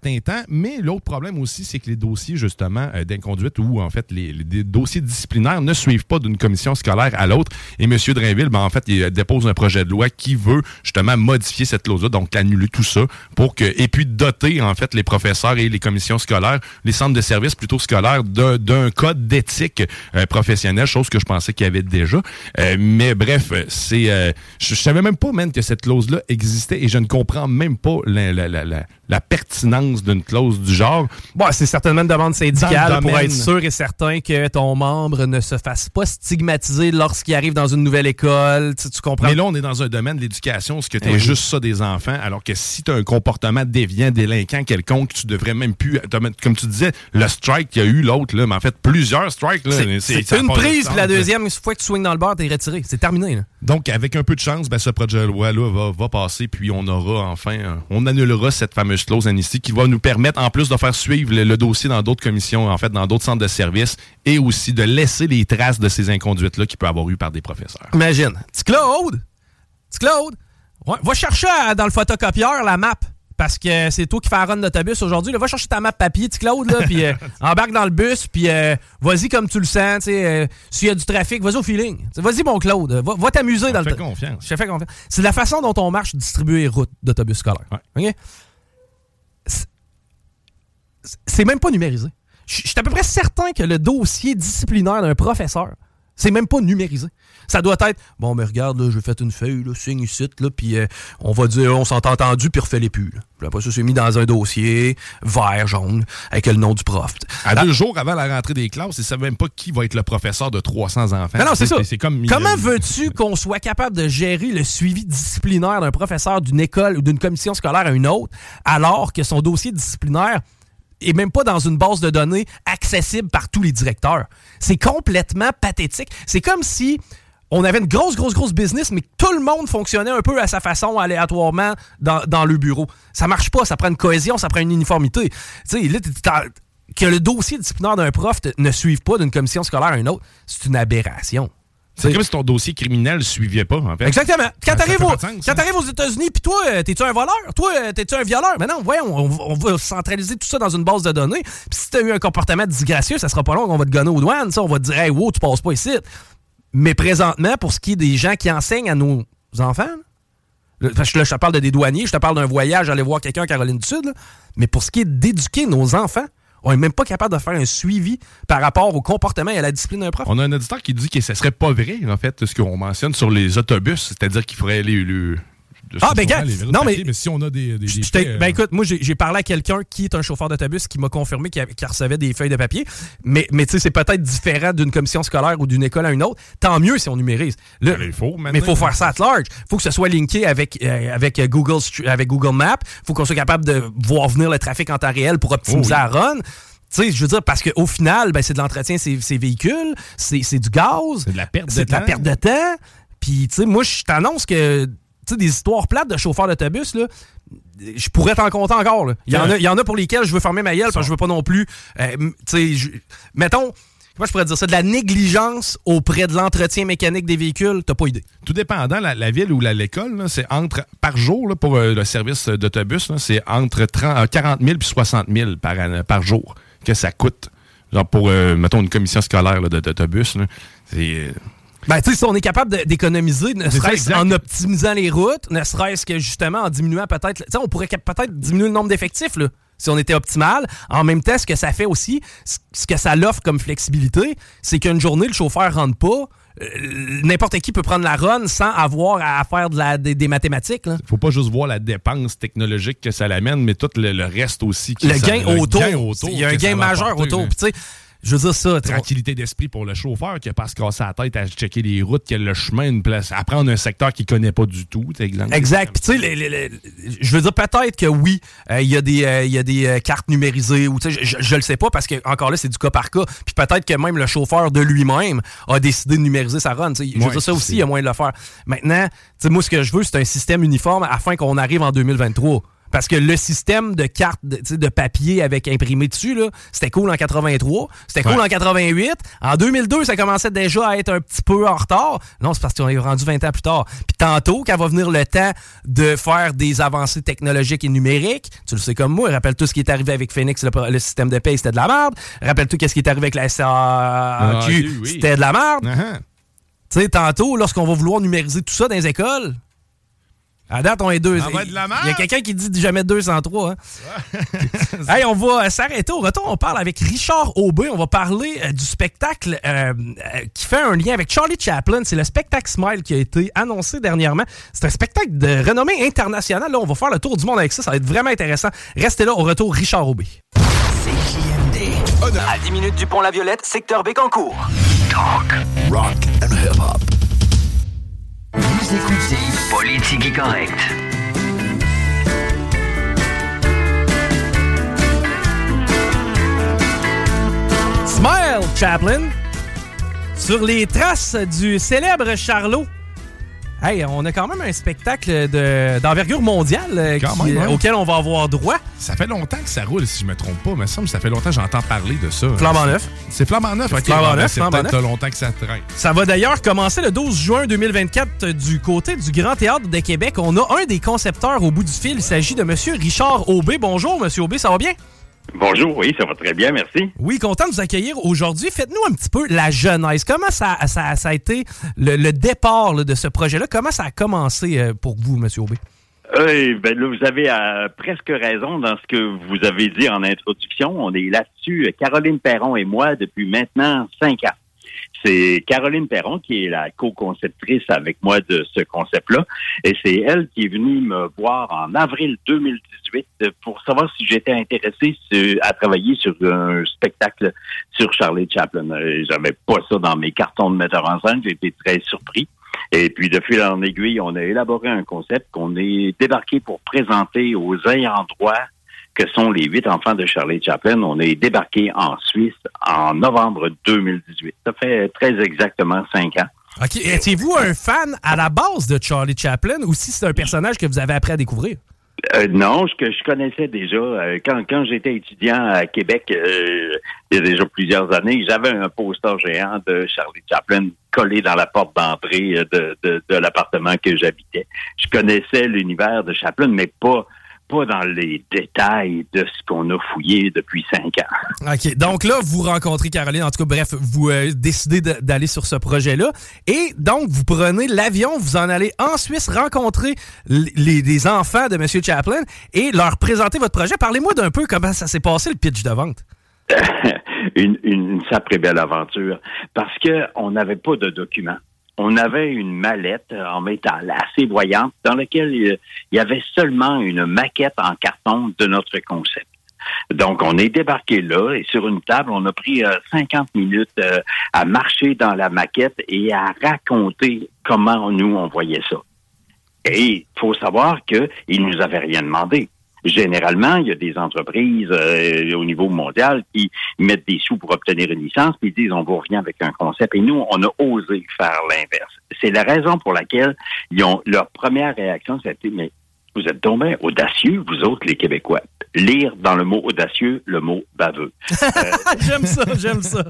mais l'autre problème aussi, c'est que les dossiers, justement, d'inconduite ou, en fait, les dossiers disciplinaires ne suivent pas d'une commission scolaire à l'autre. Et M. Drainville, en fait, il dépose un projet de loi qui veut, justement, modifier cette clause-là, donc annuler tout ça, et puis doter, en fait, les professeurs et les commissions scolaires, les centres de services plutôt scolaires, d'un code d'éthique professionnelle, chose que je pensais qu'il y avait déjà. Mais bref, je savais même pas, man, que cette clause-là existait et je ne comprends même pas la pertinence d'une clause du genre. Bon, c'est certainement une demande syndicale pour être sûr et certain que ton membre ne se fasse pas stigmatiser lorsqu'il arrive dans une nouvelle école. Tu comprends? Mais là, on est dans un domaine de l'éducation, ce que tu es juste ça des enfants, alors que si tu as un comportement déviant, délinquant quelconque, tu devrais même plus... Comme tu disais, le strike qu'il y a eu, l'autre, là, mais en fait, plusieurs strikes. Là, c'est une prise, puis la deuxième fois que tu swings dans le bar, t'es retiré. C'est terminé. Là. Donc, avec un peu de chance, ce projet de loi-là va passer, puis on aura enfin... on annulera cette fameuse clause amnistie qui va nous permettre, en plus de faire suivre le dossier dans d'autres commissions, en fait, dans d'autres centres de services, et aussi de laisser les traces de ces inconduites-là qu'il peut avoir eu par des professeurs. Imagine. Petit Claude, va chercher dans le photocopieur la map. Parce que c'est toi qui fais la run d'autobus aujourd'hui. Là, va chercher ta map papier, petit Claude, puis embarque dans le bus, puis vas-y comme tu le sens. S'il y a du trafic, vas-y au feeling. T'sais, vas-y, mon Claude. Va t'amuser dans le... confiance. Je te fais confiance. C'est la façon dont on marche distribuer les routes d'autobus scolaires. Ouais. OK? C'est même pas numérisé. Je suis à peu près certain que le dossier disciplinaire d'un professeur, c'est même pas numérisé. Ça doit être, bon, mais regarde, là, j'ai fait une feuille, là, signe ici, là, puis on va dire, on s'est entendu, puis refait les pus. Là. Puis après ça, c'est mis dans un dossier vert, jaune, avec le nom du prof. 2 jours avant la rentrée des classes, ils ne savent même pas qui va être le professeur de 300 enfants. Non, c'est ça. C'est comme comment veux-tu qu'on soit capable de gérer le suivi disciplinaire d'un professeur d'une école ou d'une commission scolaire à une autre, alors que son dossier disciplinaire et même pas dans une base de données accessible par tous les directeurs. C'est complètement pathétique. C'est comme si on avait une grosse business, mais que tout le monde fonctionnait un peu à sa façon, aléatoirement, dans le bureau. Ça marche pas, ça prend une cohésion, ça prend une uniformité. Tu sais, là, que le dossier disciplinaire d'un prof ne suive pas d'une commission scolaire à une autre, c'est une aberration. C'est comme si ton dossier criminel ne suivait pas, en fait. Exactement. Quand t'arrives aux États-Unis, puis toi, t'es-tu un voleur? Toi, t'es-tu un violeur? Mais non, voyons, on va centraliser tout ça dans une base de données. Puis si t'as eu un comportement disgracieux, ça sera pas long qu'on va te gonner aux douanes. Ça, on va te dire, hey, wow, tu passes pas ici. Mais présentement, pour ce qui est des gens qui enseignent à nos enfants, là, je te parle de des douaniers, je te parle d'un voyage, aller voir quelqu'un à Caroline du Sud, là, mais pour ce qui est d'éduquer nos enfants, on n'est même pas capable de faire un suivi par rapport au comportement et à la discipline d'un prof. On a un auditeur qui dit que ce serait pas vrai, en fait, ce qu'on mentionne sur les autobus, c'est-à-dire qu'il faudrait non, mais si on a des écoute, moi, j'ai parlé à quelqu'un qui est un chauffeur d'autobus qui m'a confirmé qu'il recevait des feuilles de papier. Mais tu sais, c'est peut-être différent d'une commission scolaire ou d'une école à une autre. Tant mieux si on numérise. Là, mais il faut faire ça à large. Il faut que ce soit linké avec Google Maps. Il faut qu'on soit capable de voir venir le trafic en temps réel pour optimiser la run. Tu sais, je veux dire, parce qu'au final, c'est de l'entretien de ces véhicules, c'est du gaz. C'est de la perte de temps. Puis, tu sais, moi, je t'annonce que des histoires plates de chauffeurs d'autobus, là, je pourrais t'en compter encore. Là. Il y en a pour lesquels je veux fermer ma gueule parce que je veux pas non plus... mettons, comment je pourrais dire ça? De la négligence auprès de l'entretien mécanique des véhicules, t'as pas idée. Tout dépendant, la ville ou l'école, là, c'est par jour, là, pour le service d'autobus, là, c'est entre 40 000 et 60 000 par jour que ça coûte. Genre pour, mettons, une commission scolaire là, d'autobus, là, c'est... tu sais, si on est capable d'économiser, ne serait-ce en optimisant les routes, ne serait-ce que justement en diminuant peut-être... Tu sais, on pourrait peut-être diminuer le nombre d'effectifs, là, si on était optimal. En même temps, ce que ça fait aussi, ce que ça l'offre comme flexibilité, c'est qu'une journée, le chauffeur rentre pas, n'importe qui peut prendre la run sans avoir à faire des mathématiques. Il ne faut pas juste voir la dépense technologique que ça l'amène, mais tout le reste aussi. Le gain autour. Il y a un gain majeur autour. Puis tu sais, je veux dire ça. Tranquillité d'esprit pour le chauffeur qui n'a pas à se casser la tête à checker les routes, qui a le chemin, une place, à prendre un secteur qu'il ne connaît pas du tout. Exact. Puis tu sais, je veux dire peut-être que oui, il y a des cartes numérisées, ou je le sais pas parce que encore là, c'est du cas par cas. Puis peut-être que même le chauffeur de lui-même a décidé de numériser sa run. Je veux dire, ça aussi, il y a moyen de le faire. Maintenant, moi, ce que je veux, c'est un système uniforme afin qu'on arrive en 2023. Parce que le système de cartes de papier avec imprimé dessus, là, c'était cool en 83, c'était cool en 88. En 2002, ça commençait déjà à être un petit peu en retard. Non, c'est parce qu'on est rendu 20 ans plus tard. Puis tantôt, quand va venir le temps de faire des avancées technologiques et numériques, tu le sais comme moi, rappelle-toi ce qui est arrivé avec Phoenix, le système de paye, c'était de la merde. Rappelle-toi qu'est-ce qui est arrivé avec la SAQ, c'était de la merde. Tu sais, tantôt, lorsqu'on va vouloir numériser tout ça dans les écoles, à date, on est deux. Il y a quelqu'un qui dit jamais 203. Hein? Ouais. Hey, on va s'arrêter. Au retour, on parle avec Richard Aubé. On va parler du spectacle qui fait un lien avec Charlie Chaplin. C'est le spectacle Smile qui a été annoncé dernièrement. C'est un spectacle de renommée internationale. Là, on va faire le tour du monde avec ça. Ça va être vraiment intéressant. Restez là. Au retour, Richard Aubé. CJMD. À 10 minutes du pont La Violette, secteur Bécancour. Talk, rock and hip-hop. Vous écoutez Politique Correct. Smile Chaplin, sur les traces du célèbre Charlot. Hey, on a quand même un spectacle d'envergure mondiale auquel on va avoir droit. Ça fait longtemps que ça roule, si je me trompe pas. Il me semble que ça fait longtemps que j'entends parler de ça. Flambant neuf. C'est Flambant neuf. Okay. Flambant neuf. C'est peut-être longtemps que ça traîne. Ça va d'ailleurs commencer le 12 juin 2024 du côté du Grand Théâtre de Québec. On a un des concepteurs au bout du fil. Il s'agit de M. Richard Aubé. Bonjour, M. Aubé, ça va bien? Bonjour, oui, ça va très bien, merci. Oui, content de vous accueillir aujourd'hui. Faites-nous un petit peu la genèse. Comment ça a été le départ là, de ce projet-là? Comment ça a commencé pour vous, M. Aubé? Ben là, vous avez presque raison dans ce que vous avez dit en introduction. On est là-dessus, Caroline Perron et moi, depuis maintenant 5 ans. C'est Caroline Perron qui est la co-conceptrice avec moi de ce concept-là. Et c'est elle qui est venue me voir en avril 2018 pour savoir si j'étais intéressé à travailler sur un spectacle sur Charlie Chaplin. J'avais pas ça dans mes cartons de metteur en scène. J'ai été très surpris. Et puis, de fil en aiguille, on a élaboré un concept qu'on est débarqué pour présenter aux ayants droit que sont les 8 enfants de Charlie Chaplin. On est débarqué en Suisse en novembre 2018. Ça fait très exactement 5 ans. OK. Étiez-vous un fan à la base de Charlie Chaplin ou si c'est un personnage que vous avez appris à découvrir? Non, je connaissais déjà. Quand j'étais étudiant à Québec, il y a déjà plusieurs années, j'avais un poster géant de Charlie Chaplin collé dans la porte d'entrée de l'appartement que j'habitais. Je connaissais l'univers de Chaplin, mais pas dans les détails de ce qu'on a fouillé depuis 5 ans. OK. Donc là, vous rencontrez Caroline. En tout cas, bref, vous décidez d'aller sur ce projet-là. Et donc, vous prenez l'avion, vous en allez en Suisse rencontrer les enfants de M. Chaplin et leur présenter votre projet. Parlez-moi d'un peu comment ça s'est passé, le pitch de vente. Une sacrée belle aventure. Parce qu'on n'avait pas de documents. On avait une mallette en métal assez voyante dans laquelle il y avait seulement une maquette en carton de notre concept. Donc, on est débarqué là et sur une table, on a pris 50 minutes à marcher dans la maquette et à raconter comment nous, on voyait ça. Et il faut savoir qu'ils nous avaient rien demandé. Généralement, il y a des entreprises au niveau mondial qui mettent des sous pour obtenir une licence puis ils disent on vous revient avec un concept. Et nous, on a osé faire l'inverse. C'est la raison pour laquelle leur première réaction, c'était mais vous êtes donc bien audacieux, vous autres, les Québécois. Lire dans le mot audacieux le mot baveux. J'aime ça.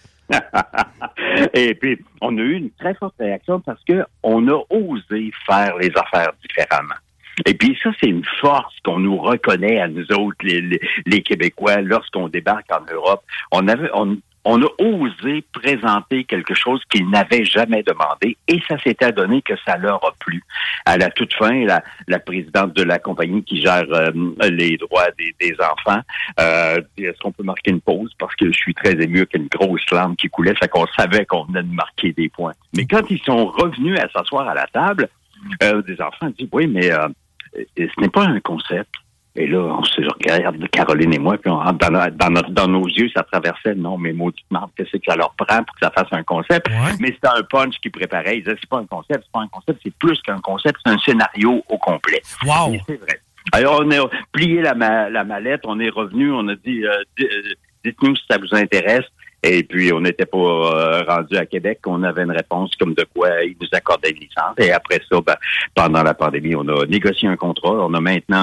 Et puis, on a eu une très forte réaction parce que on a osé faire les affaires différemment. Et puis ça, c'est une force qu'on nous reconnaît à nous autres, les Québécois, lorsqu'on débarque en Europe. On a osé présenter quelque chose qu'ils n'avaient jamais demandé et ça s'est adonné que ça leur a plu. À la toute fin, la présidente de la compagnie qui gère les droits des enfants, est-ce qu'on peut marquer une pause? Parce que je suis très ému qu'il y a une grosse larme qui coulait, fait qu'on savait qu'on venait de marquer des points. Mais quand ils sont revenus à s'asseoir à la table, des enfants disent oui, mais ce n'est pas un concept. Et là, on se regarde, Caroline et moi, puis dans nos yeux, ça traversait, non, mais maudite marde, qu'est-ce que ça leur prend pour que ça fasse un concept? Ouais. Mais c'était un punch qui préparait. Ils disaient, c'est pas un concept, c'est plus qu'un concept, c'est un scénario au complet. Wow! Et c'est vrai. Alors, on a plié la mallette, on est revenu, on a dit, dites-nous si ça vous intéresse. Et puis, on n'était pas rendu à Québec. On avait une réponse comme de quoi ils nous accordaient une licence. Et après ça, pendant la pandémie, on a négocié un contrat. On a maintenant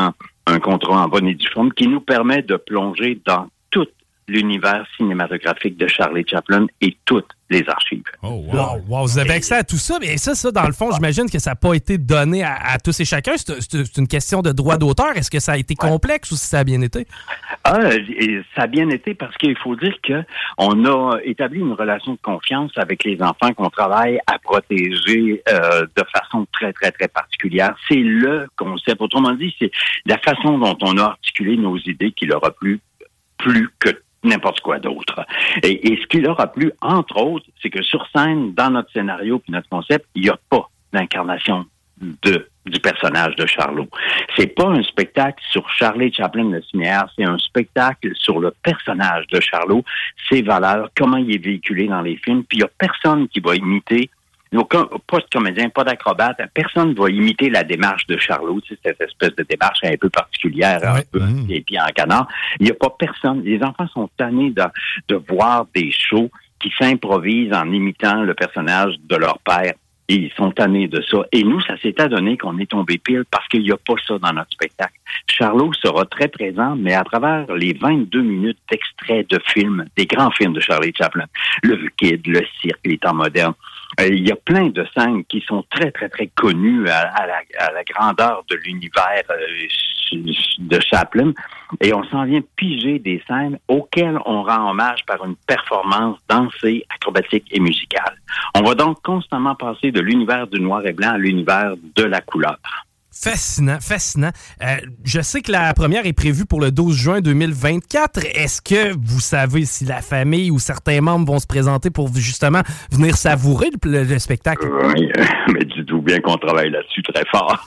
un contrat en bonne et due forme qui nous permet de plonger dans tout l'univers cinématographique de Charlie Chaplin et toutes les archives. Oh, wow. Vous avez accès à tout ça, mais ça, dans le fond, j'imagine que ça n'a pas été donné à tous et chacun. C'est une question de droit d'auteur. Est-ce que ça a été complexe ou si ça a bien été? Ça a bien été parce qu'il faut dire qu'on a établi une relation de confiance avec les enfants qu'on travaille à protéger de façon très, très, très particulière. C'est le concept. Autrement dit, c'est la façon dont on a articulé nos idées qui leur a plu plus que n'importe quoi d'autre. Et ce qui leur a plu, entre autres, c'est que sur scène, dans notre scénario puis notre concept, il n'y a pas d'incarnation du personnage de Charlot. C'est pas un spectacle sur Charlie Chaplin le cinéaste, c'est un spectacle sur le personnage de Charlot, ses valeurs, comment il est véhiculé dans les films, puis il n'y a personne qui va imiter. Pas de comédien, pas d'acrobate. Personne ne va imiter la démarche de Charlot, cette espèce de démarche un peu particulière, un peu les pieds en canard. Il n'y a pas personne. Les enfants sont tannés de voir des shows qui s'improvisent en imitant le personnage de leur père. Et ils sont tannés de ça. Et nous, ça s'est adonné qu'on est tombé pile parce qu'il n'y a pas ça dans notre spectacle. Charlot sera très présent, mais à travers les 22 minutes d'extraits de films, des grands films de Charlie Chaplin, le Kid, le cirque, les temps modernes, il y a plein de scènes qui sont très, très, très connues à la grandeur de l'univers de Chaplin. Et on s'en vient piger des scènes auxquelles on rend hommage par une performance dansée, acrobatique et musicale. On va donc constamment passer de l'univers du noir et blanc à l'univers de la couleur. Fascinant. Je sais que la première est prévue pour le 12 juin 2024. Est-ce que vous savez si la famille ou certains membres vont se présenter pour justement venir savourer le spectacle? Oui, mais dites-vous bien qu'on travaille là-dessus très fort.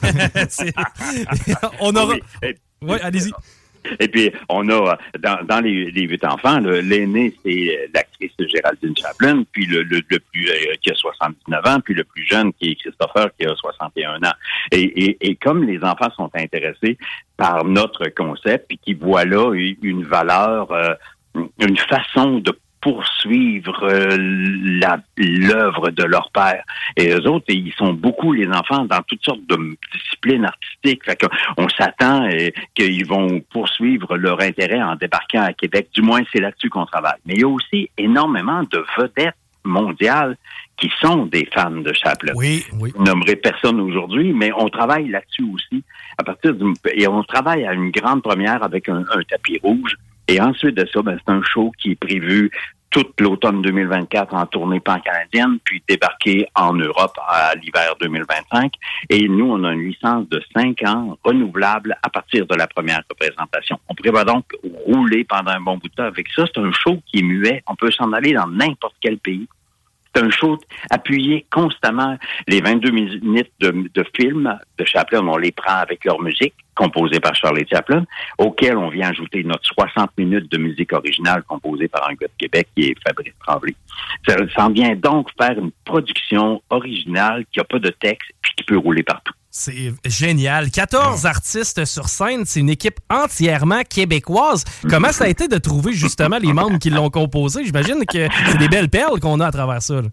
On aura... Oui, allez-y. Et puis, on a, dans les 8 enfants, l'aîné, c'est l'actrice Géraldine Chaplin, puis le plus, qui a 79 ans, puis le plus jeune, qui est Christopher, qui a 61 ans. Et comme les enfants sont intéressés par notre concept, puis qui voient là une valeur, une façon de poursuivre l'œuvre de leur père. Et eux autres, ils sont beaucoup, les enfants, dans toutes sortes de disciplines artistiques. Fait qu'on s'attend qu'ils vont poursuivre leur intérêt en débarquant à Québec. Du moins, c'est là-dessus qu'on travaille. Mais il y a aussi énormément de vedettes mondiales qui sont des fans de Chaplin. Oui. Je nommerai personne aujourd'hui, mais on travaille là-dessus aussi. Et on travaille à une grande première avec un tapis rouge. Et ensuite de ça, c'est un show qui est prévu toute l'automne 2024 en tournée pan-canadienne, puis débarquer en Europe à l'hiver 2025. Et nous, on a une licence de 5 ans renouvelable à partir de la première représentation. On prévoit donc rouler pendant un bon bout de temps avec ça. C'est un show qui est muet. On peut s'en aller dans n'importe quel pays. C'est un show appuyé constamment. Les 22 minutes de films de Chaplin, on les prend avec leur musique, composée par Charlie Chaplin, auquel on vient ajouter notre 60 minutes de musique originale composée par un gars de Québec qui est Fabrice Tremblay. Ça en vient donc faire une production originale qui n'a pas de texte puis qui peut rouler partout. C'est génial. 14 artistes sur scène, c'est une équipe entièrement québécoise. Comment ça a été de trouver justement les membres qui l'ont composé? J'imagine que c'est des belles perles qu'on a à travers ça.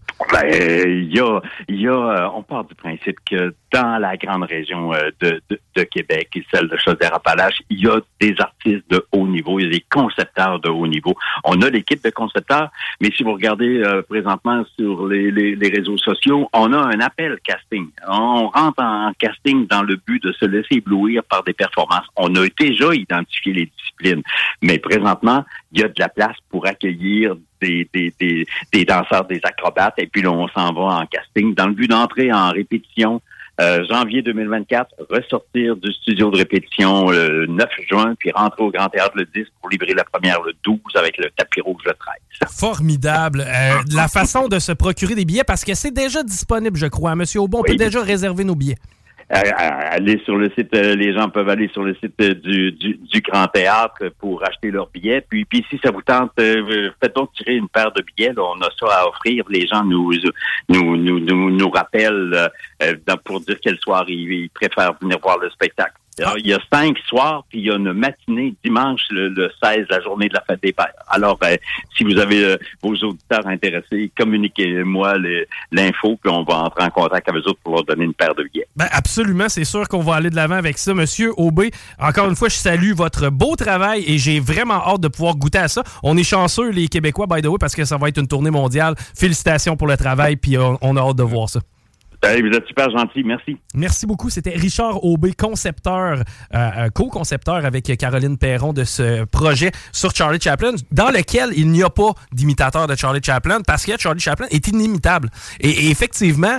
On part du principe que dans la grande région de Québec et celle de Chaudière-Appalaches, il y a des artistes de haut niveau, il y a des concepteurs de haut niveau. On a l'équipe de concepteurs, mais si vous regardez présentement sur les réseaux sociaux, on a un appel casting. On rentre en casting dans le but de se laisser éblouir par des performances. On a déjà identifié les disciplines, mais présentement, il y a de la place pour accueillir des danseurs, des acrobates, et puis là, on s'en va en casting dans le but d'entrer en répétition janvier 2024, ressortir du studio de répétition le 9 juin, puis rentrer au Grand Théâtre le 10 pour livrer la première le 12 avec le tapis rouge le 13. Formidable. La façon de se procurer des billets, parce que c'est déjà disponible, je crois. Monsieur Aubon, on peut déjà réserver nos billets. Aller sur le site, les gens peuvent aller sur le site du Grand Théâtre pour acheter leurs billets. Puis si ça vous tente, faites donc tirer une paire de billets. Là, on a ça à offrir. Les gens nous rappellent pour dire quel soir ils préfèrent venir voir le spectacle. Alors, il y a 5 soirs, puis il y a une matinée dimanche, le 16, la journée de la fête des pères. Alors, si vous avez vos auditeurs intéressés, communiquez-moi l'info, puis on va entrer en contact avec eux autres pour leur donner une paire de billets. Ben absolument, c'est sûr qu'on va aller de l'avant avec ça. Monsieur Aubé, encore une fois, je salue votre beau travail et j'ai vraiment hâte de pouvoir goûter à ça. On est chanceux, les Québécois, by the way, parce que ça va être une tournée mondiale. Félicitations pour le travail, puis on a hâte de voir ça. Allez, vous êtes super gentil, merci. Merci beaucoup. C'était Richard Aubé, concepteur, co-concepteur avec Caroline Perron de ce projet sur Charlie Chaplin, dans lequel il n'y a pas d'imitateur de Charlie Chaplin parce que Charlie Chaplin est inimitable. Et effectivement,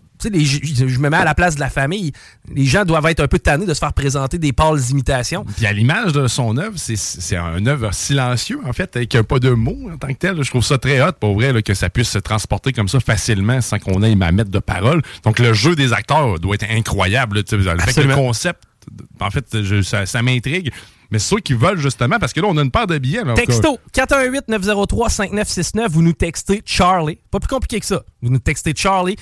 je me mets à la place de la famille. Les gens doivent être un peu tannés de se faire présenter des pâles imitations. Puis à l'image de son œuvre, c'est un œuvre silencieux, en fait, avec pas de mots en tant que tel. Je trouve ça très hot, pour vrai, là, que ça puisse se transporter comme ça facilement sans qu'on ait à mettre de paroles. Donc le jeu des acteurs doit être incroyable. Le concept, en fait, ça m'intrigue. Mais ceux qui veulent, justement, parce que là, on a une paire de billets. Là, texto 418-903-5969. Vous nous textez Charlie. Pas plus compliqué que ça. Vous nous textez Charlie.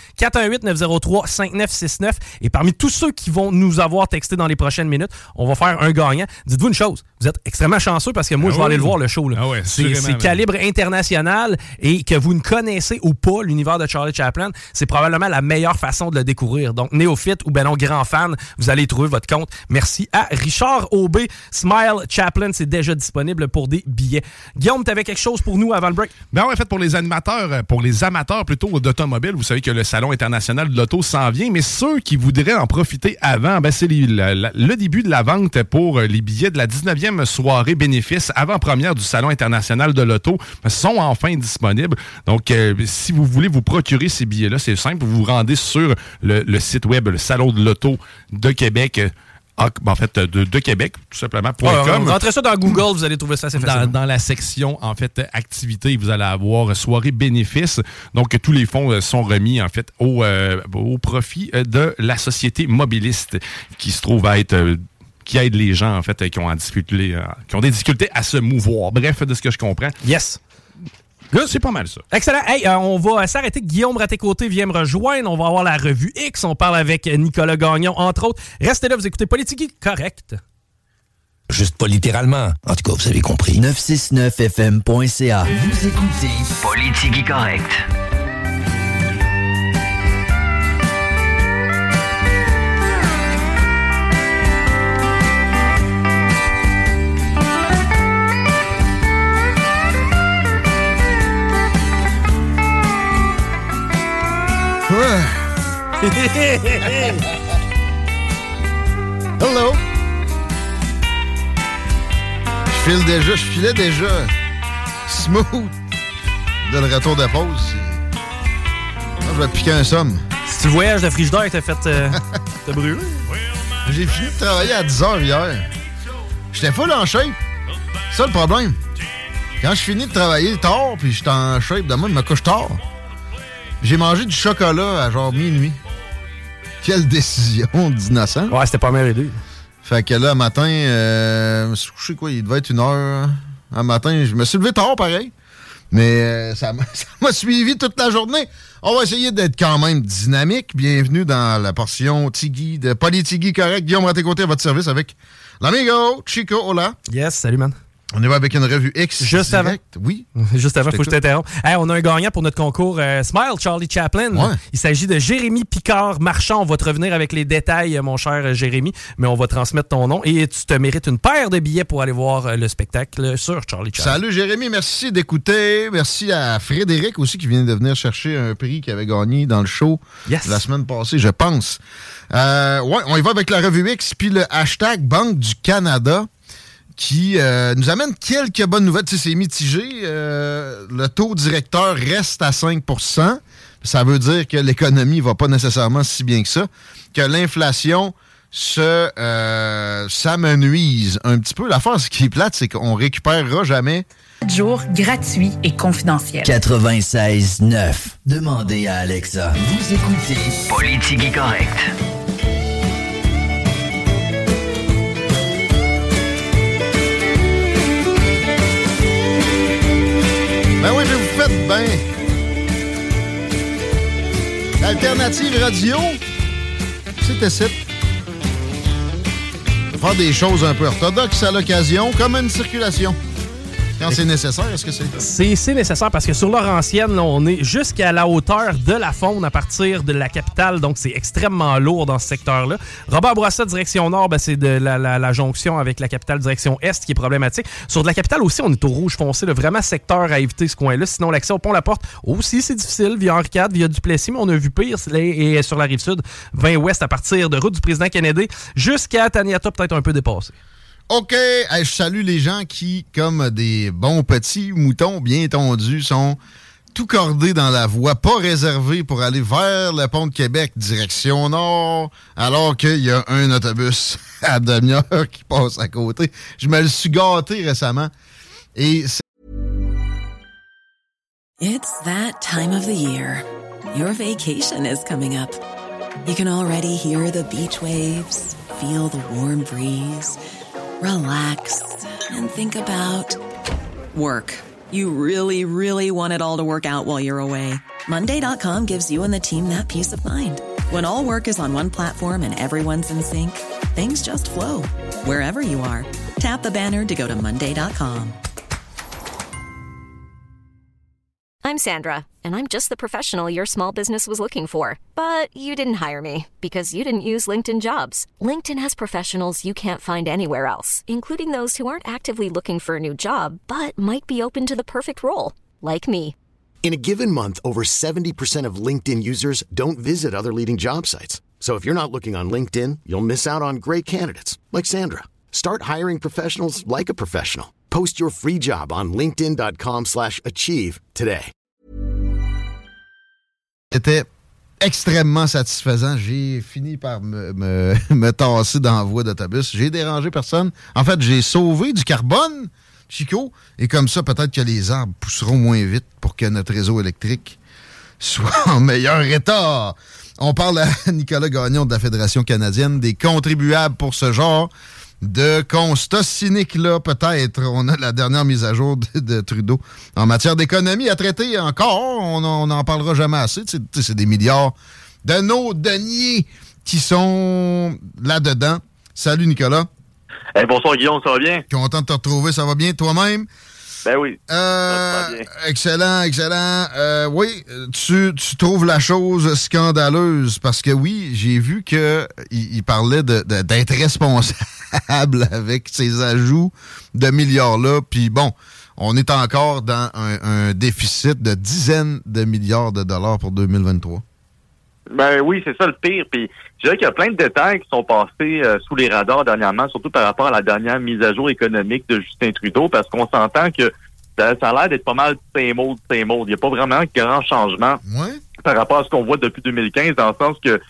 418-903-5969. Et parmi tous ceux qui vont nous avoir texté dans les prochaines minutes, on va faire un gagnant. Dites-vous une chose. Vous êtes extrêmement chanceux parce que moi, je vais aller le voir, le show. Là. Ah ouais, c'est calibre international. Et que vous ne connaissez ou pas l'univers de Charlie Chaplin, c'est probablement la meilleure façon de le découvrir. Donc, néophyte ou ben non, grand fan, vous allez trouver votre compte. Merci à Richard Aubé. Smile Chaplin, c'est déjà disponible pour des billets. Guillaume, tu avais quelque chose pour nous avant le break? Ben ouais, en fait, pour les amateurs plutôt d'automobile, vous savez que le Salon international de l'auto s'en vient, mais ceux qui voudraient en profiter avant, ben c'est le début de la vente pour les billets de la 19e soirée bénéfice avant-première du Salon international de l'auto sont enfin disponibles. Donc, si vous voulez vous procurer ces billets-là, c'est simple, vous vous rendez sur le site web, le Salon de l'auto de Québec, en fait, de Québec, tout simplement. Rentrez ça dans Google, vous allez trouver ça assez facilement. Dans la section, en fait, activités, vous allez avoir soirée bénéfice. Donc, tous les fonds sont remis, en fait, au profit de la société mobiliste qui se trouve à être... qui aide les gens, en fait, qui ont des difficultés à se mouvoir. Bref, de ce que je comprends. Yes. Good, c'est pas mal ça. Excellent. Hey, on va s'arrêter. Guillaume Raté-Côté vient me rejoindre. On va avoir la revue X. On parle avec Nicolas Gagnon, entre autres. Restez là, vous écoutez Politique Correct. Juste pas littéralement. En tout cas, vous avez compris. 969fm.ca. Vous écoutez Politique Correct. Hello! Je filais déjà smooth de le retour de pause. Je vais te piquer un somme. Si le voyage de frigidaire t'a fait te brûler. J'ai fini de travailler à 10h hier. J'étais full en shape. C'est ça le problème. Quand je finis de travailler tard, puis j'étais en shape, demain, je me couche tard. J'ai mangé du chocolat à genre minuit. Quelle décision d'innocent. Ouais, c'était pas mal aidé. Fait que là, matin, je me suis couché quoi, il devait être 1h. Un matin, je me suis levé tard, pareil. Mais ça m'a suivi toute la journée. On va essayer d'être quand même dynamique. Bienvenue dans la portion Tigui de Politique Correct. Guillaume Raté-Côté à votre service avec l'amigo Chico Hola. Yes, salut man. On est avec une revue X. Juste direct. Avant. Oui. Juste avant, faut que je t'interrompe. Hey, on a un gagnant pour notre concours Smile Charlie Chaplin. Ouais. Il s'agit de Jérémy Picard-Marchand. On va te revenir avec les détails, mon cher Jérémy, mais on va transmettre ton nom et tu te mérites une paire de billets pour aller voir le spectacle sur Charlie Chaplin. Salut Jérémy, merci d'écouter. Merci à Frédéric aussi qui vient de venir chercher un prix qu'il avait gagné dans le show la semaine passée, je pense. Ouais, on y va avec la revue X puis le hashtag Banque du Canada, qui nous amène quelques bonnes nouvelles. Tu sais, c'est mitigé. Le taux directeur reste à 5 %. Ça veut dire que l'économie va pas nécessairement si bien que ça. Que l'inflation s'amenuise un petit peu. L'affaire, ce qui est plate, c'est qu'on récupérera jamais. Jour gratuit et confidentiel. 96.9. Demandez à Alexa. Vous écoutez Politique Correct. Ben oui, vous faites bien. L'Alternative Radio, c'était ça. faire des choses un peu orthodoxes à l'occasion, comme une circulation. Quand c'est nécessaire, est-ce que c'est... C'est nécessaire parce que sur Laurentienne, là, on est jusqu'à la hauteur de la Faune à partir de la capitale, donc c'est extrêmement lourd dans ce secteur-là. Robert Bourassa, direction nord, c'est de la jonction avec la capitale direction est qui est problématique. Sur de la capitale aussi, on est au rouge foncé, là, vraiment secteur à éviter ce coin-là. Sinon, l'accès au pont-la-porte aussi, c'est difficile, via Henri IV, via Duplessis, mais on a vu pire, et sur la Rive-Sud, 20 ouest à partir de route du président Kennedy jusqu'à Taniata, peut-être un peu dépassé. OK, je salue les gens qui, comme des bons petits moutons bien tondus, sont tout cordés dans la voie, pas réservés pour aller vers le pont de Québec, direction nord, alors qu'il y a un autobus à demi-heure qui passe à côté. Je me le suis gâté récemment. Et It's that time of the year. Your vacation is coming up. You can already hear the beach waves, feel the warm breeze, relax, and think about work. You really, really want it all to work out while you're away. Monday.com gives you and the team that peace of mind. When all work is on one platform and everyone's in sync, things just flow. Wherever you are, tap the banner to go to Monday.com. I'm Sandra, and I'm just the professional your small business was looking for. But you didn't hire me because you didn't use LinkedIn Jobs. LinkedIn has professionals you can't find anywhere else, including those who aren't actively looking for a new job, but might be open to the perfect role, like me. In a given month, over 70% of LinkedIn users don't visit other leading job sites. So if you're not looking on LinkedIn, you'll miss out on great candidates like Sandra. Start hiring professionals like a professional. Post your free job on linkedin.com/achieve today. C'était extrêmement satisfaisant. J'ai fini par me tasser dans la voie d'autobus. J'ai dérangé personne. En fait, j'ai sauvé du carbone, Chico. Et comme ça, peut-être que les arbres pousseront moins vite pour que notre réseau électrique soit en meilleur état. On parle à Nicolas Gagnon de la Fédération canadienne des contribuables pour ce genre de constat cynique-là, peut-être. On a la dernière mise à jour de Trudeau en matière d'économie à traiter encore. On n'en parlera jamais assez. C'est des milliards de nos deniers qui sont là-dedans. Salut, Nicolas. Hey, bonsoir, Guillaume, ça va bien? Content de te retrouver, ça va bien? Toi-même? Ben oui. Ça va bien. Excellent. Oui, tu trouves la chose scandaleuse parce que oui, j'ai vu qu'il parlait d'être responsable avec ces ajouts de milliards-là. Puis bon, on est encore dans un déficit de dizaines de milliards de dollars pour 2023. Ben oui, c'est ça le pire. Puis je dirais qu'il y a plein de détails qui sont passés sous les radars dernièrement, surtout par rapport à la dernière mise à jour économique de Justin Trudeau, parce qu'on s'entend que ça a l'air d'être pas mal same old. Il n'y a pas vraiment grand changement par rapport à ce qu'on voit depuis 2015, dans le sens que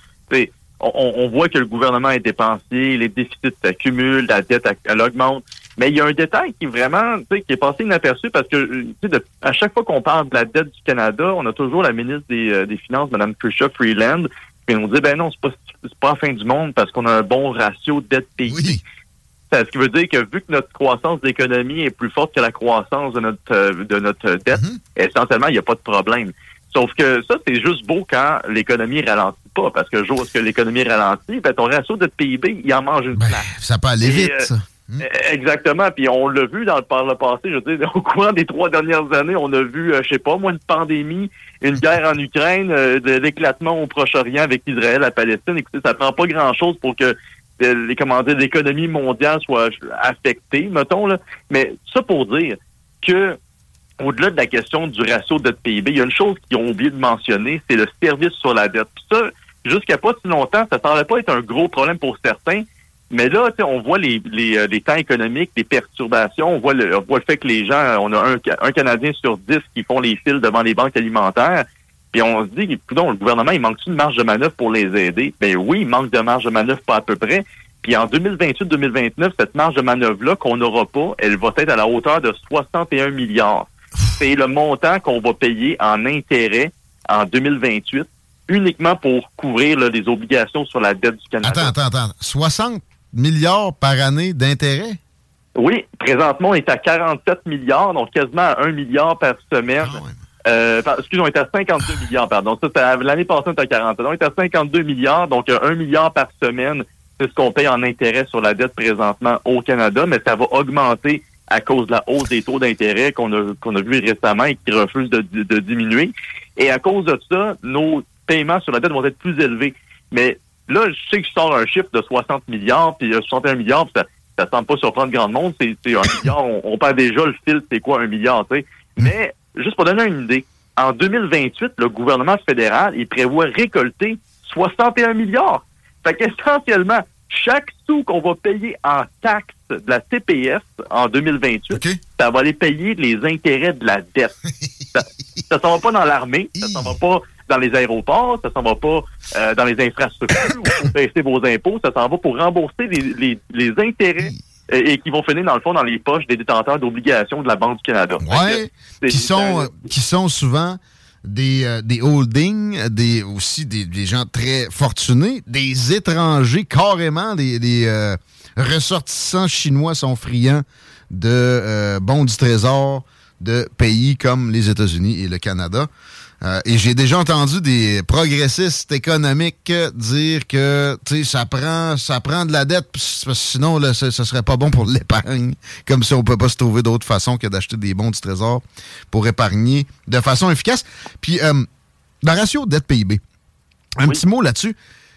on voit que le gouvernement est dépensier, les déficits s'accumulent, la dette elle augmente. Mais il y a un détail qui est vraiment, qui est passé inaperçu parce que, à chaque fois qu'on parle de la dette du Canada, on a toujours la ministre des Finances, Mme Chrystia Freeland, qui nous dit, ben non, c'est pas la fin du monde parce qu'on a un bon ratio dette-PIB. Oui. Ce qui veut dire que vu que notre croissance d'économie est plus forte que la croissance de notre dette, essentiellement, il n'y a pas de problème. Sauf que ça, c'est juste beau quand l'économie ralentit pas, parce que le jour où l'économie ralentit, ben ton ratio de PIB, il en mange une place. Ça peut aller vite, ça. Exactement, puis on l'a vu par le passé, je veux dire, au courant des 3 dernières années, on a vu, je sais pas, une pandémie, une guerre en Ukraine, de l'éclatement au Proche-Orient avec Israël à Palestine. Écoutez, ça prend pas grand-chose pour que l'économie mondiale soit affectée, mettons, là. Mais ça pour dire que, au-delà de la question du ratio de PIB, il y a une chose qu'ils ont oublié de mentionner, c'est le service sur la dette. Puis ça, jusqu'à pas si longtemps, ça semblait pas être un gros problème pour certains. Mais là, on voit les temps économiques, les perturbations, on voit le fait que les gens, on a un Canadien sur 10 qui font les files devant les banques alimentaires, puis on se dit, le gouvernement, il manque-tu de marge de manœuvre pour les aider? Ben oui, il manque de marge de manœuvre pas à peu près. Puis en 2028-2029, cette marge de manœuvre-là qu'on n'aura pas, elle va être à la hauteur de 61 milliards. C'est le montant qu'on va payer en intérêt en 2028, uniquement pour couvrir les obligations sur la dette du Canada. Attends. 60 milliards par année d'intérêt? Oui, présentement, on est à 47 milliards, donc quasiment à 1 milliard par semaine. Excusez-moi, on est à 52 milliards, pardon. Ça, l'année passée, on était à 40. Donc, on est à 52 milliards, donc 1 milliard par semaine c'est ce qu'on paye en intérêt sur la dette présentement au Canada, mais ça va augmenter à cause de la hausse des taux d'intérêt qu'on a vu récemment et qui refusent de diminuer. Et à cause de ça, nos paiements sur la dette vont être plus élevés. Mais là, je sais que je sors un chiffre de 60 milliards, puis 61 milliards, puis ça semble pas surprendre grand monde. C'est 1 milliard, on perd déjà le fil, c'est quoi 1 milliard, tu sais. Mais, juste pour donner une idée, en 2028, le gouvernement fédéral, il prévoit récolter 61 milliards. Fait qu'essentiellement, chaque sou qu'on va payer en taxes de la TPS en 2028, ça va aller payer les intérêts de la dette. Ça s'en va pas dans l'armée, ça s'en va pas dans les aéroports, ça s'en va pas dans les infrastructures où il faut baisser vos impôts, ça s'en va pour rembourser les intérêts et qui vont finir, dans le fond, dans les poches des détenteurs d'obligations de la Banque du Canada. Oui, qui sont souvent des holdings, aussi des gens très fortunés, des étrangers, carrément, des ressortissants chinois sont friands de bons du trésor de pays comme les États-Unis et le Canada. Et j'ai déjà entendu des progressistes économiques dire que ça prend de la dette, parce que sinon là, ça serait pas bon pour l'épargne. Comme si on peut pas se trouver d'autre façon que d'acheter des bons du trésor pour épargner de façon efficace. Puis le ratio dette-PIB, petit mot là-dessus.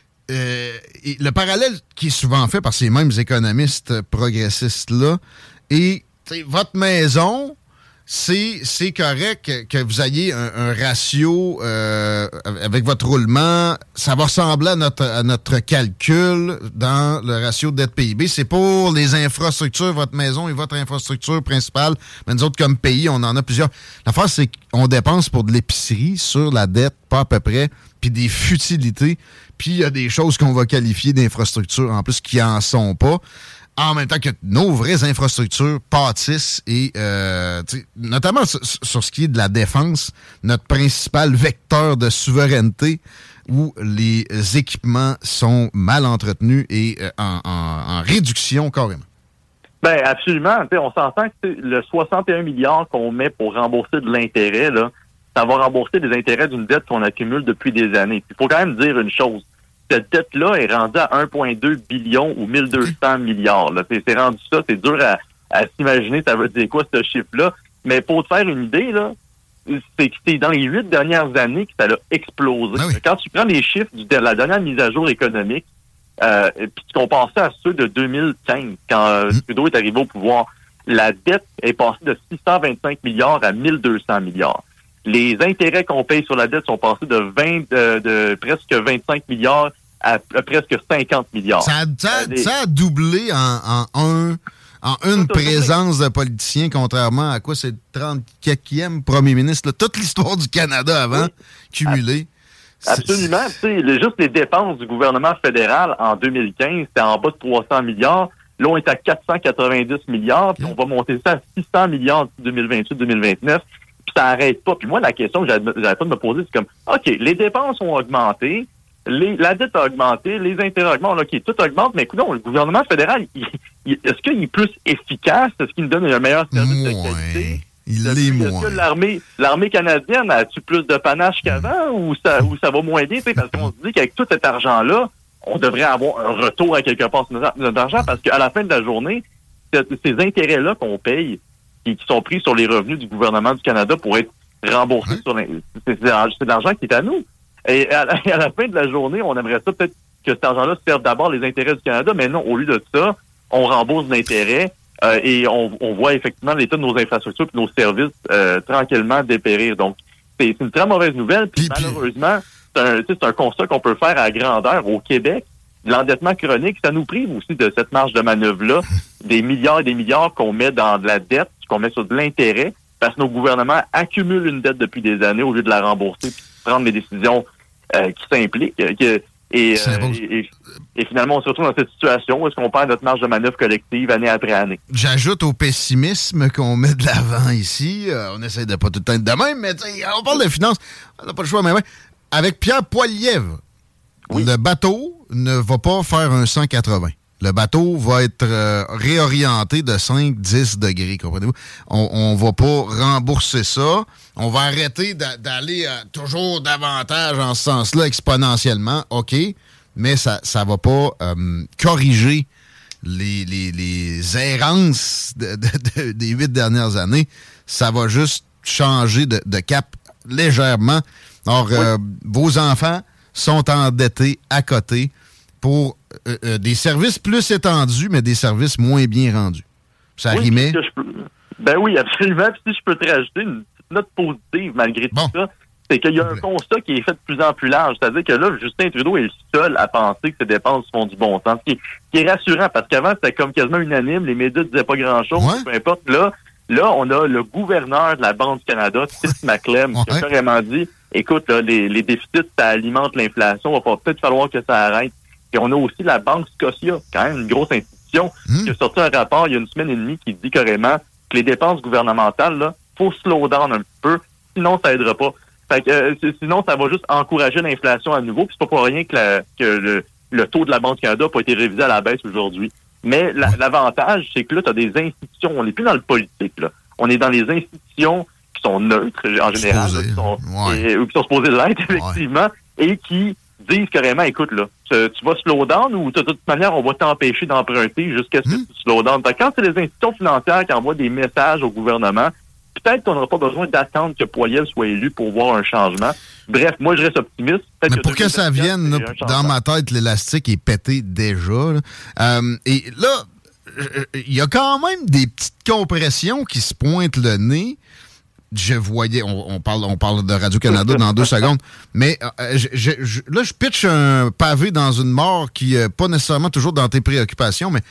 Et le parallèle qui est souvent fait par ces mêmes économistes progressistes-là, et votre maison, c'est correct que vous ayez un ratio avec votre roulement. Ça va ressembler à notre calcul dans le ratio dette-PIB. C'est pour les infrastructures, votre maison et votre infrastructure principale. Mais nous autres, comme pays, on en a plusieurs. L'affaire, c'est qu'on dépense pour de l'épicerie sur la dette, pas à peu près, puis des futilités. Puis il y a des choses qu'on va qualifier d'infrastructures, en plus, qui en sont pas. En même temps que nos vraies infrastructures pâtissent et notamment sur ce qui est de la défense, notre principal vecteur de souveraineté où les équipements sont mal entretenus et en réduction carrément. Ben absolument. On s'entend que le 61 milliards qu'on met pour rembourser de l'intérêt, là, ça va rembourser des intérêts d'une dette qu'on accumule depuis des années. Il faut quand même dire une chose. Cette dette-là est rendue à 1,2 billion ou 1200 milliards. Là. C'est rendu ça, c'est dur à s'imaginer, ça veut dire quoi ce chiffre-là. Mais pour te faire une idée, là, c'est que c'est dans les 8 dernières années que ça a explosé. Ah oui. Quand tu prends les chiffres de la dernière mise à jour économique, puis tu compares ça à ceux de 2015, quand Trudeau est arrivé au pouvoir, la dette est passée de 625 milliards à 1200 milliards. Les intérêts qu'on paye sur la dette sont passés de presque 25 milliards à presque 50 milliards. Ça a doublé en une présence de politiciens, contrairement à quoi c'est le 34e premier ministre. Là, toute l'histoire du Canada avant, cumulée. Absolument. Juste les dépenses du gouvernement fédéral en 2015, c'était en bas de 300 milliards. Là, on est à 490 milliards, puis on va monter ça à 600 milliards d'ici 2028-2029. Puis ça n'arrête pas. Puis moi, la question que j'avais pas de me poser, c'est comme, OK, les dépenses ont augmenté, la dette a augmenté, les intérêts augmentent, OK, tout augmente, mais écoute, le gouvernement fédéral, est-ce qu'il est plus efficace? Est-ce qu'il nous donne un meilleur service de qualité? Est-ce que l'armée canadienne a-tu plus de panache qu'avant ou ça va moins bien? Parce qu'on se dit qu'avec tout cet argent-là, on devrait avoir un retour à quelque part sur notre argent, parce qu'à la fin de la journée, ces intérêts-là qu'on paye, qui sont pris sur les revenus du gouvernement du Canada pour être remboursés c'est de l'argent qui est à nous. Et à la fin de la journée, on aimerait ça peut-être que cet argent-là serve d'abord les intérêts du Canada, mais non, au lieu de ça, on rembourse l'intérêt et on voit effectivement l'état de nos infrastructures et nos services tranquillement dépérir. Donc, c'est une très mauvaise nouvelle. Puis malheureusement, c'est un constat qu'on peut faire à grandeur au Québec. L'endettement chronique, ça nous prive aussi de cette marge de manœuvre-là, des milliards et des milliards qu'on met dans de la dette, qu'on met sur de l'intérêt, parce que nos gouvernements accumulent une dette depuis des années au lieu de la rembourser puis de prendre des décisions qui s'impliquent. Et finalement, on se retrouve dans cette situation où est-ce qu'on perd notre marge de manœuvre collective année après année. J'ajoute au pessimisme qu'on met de l'avant ici. On essaie de pas tout le temps être de même, mais on parle de finances. On n'a pas le choix, mais ouais. Avec Pierre Poilievre, le bateau ne va pas faire un 180. Le bateau va être réorienté de 5-10 degrés, comprenez-vous? On va pas rembourser ça. On va arrêter d'aller toujours davantage en ce sens-là exponentiellement. OK. mais ça va pas corriger les errances des 8 dernières années. Ça va juste changer de cap légèrement. Alors, vos enfants sont endettés à côté pour des services plus étendus, mais des services moins bien rendus. Ça rimait? Ben oui, absolument. Puis si je peux te rajouter une petite note positive malgré tout ça, c'est qu'il y a un constat qui est fait de plus en plus large. C'est-à-dire que là, Justin Trudeau est le seul à penser que ces dépenses font du bon sens. Ce qui est rassurant, parce qu'avant, c'était comme quasiment unanime. Les médias ne disaient pas grand-chose. Peu importe. Là, on a le gouverneur de la Banque du Canada, Fitz McLem, qui a carrément dit, écoute, là, les déficits, ça alimente l'inflation. Il va peut-être falloir que ça arrête. Et on a aussi la Banque Scotia, quand même une grosse institution, qui a sorti un rapport il y a une semaine et demie qui dit carrément que les dépenses gouvernementales, là, faut slow down un petit peu, sinon ça aidera pas. Fait que, sinon, ça va juste encourager l'inflation à nouveau. Puis c'est pas pour rien que le taux de la Banque du Canada n'a pas été révisé à la baisse aujourd'hui. Mais l'avantage, c'est que là, tu as des institutions. On n'est plus dans le politique, là. On est dans les institutions qui sont neutres, en général, qui sont supposées l'être, effectivement, et qui disent carrément, écoute, là, tu vas slow down ou de toute manière, on va t'empêcher d'emprunter jusqu'à ce que tu slow down. Quand c'est les institutions financières qui envoient des messages au gouvernement, peut-être qu'on n'aura pas besoin d'attendre que Poilievre soit élu pour voir un changement. Bref, moi, je reste optimiste. Mais pour que ça vienne, là, dans ma tête, l'élastique est pété déjà. Là. Et là, il y a quand même des petites compressions qui se pointent le nez. Je voyais, on parle de Radio-Canada dans 2 secondes, mais là, je pitch un pavé dans une mort qui n'est pas nécessairement toujours dans tes préoccupations, mais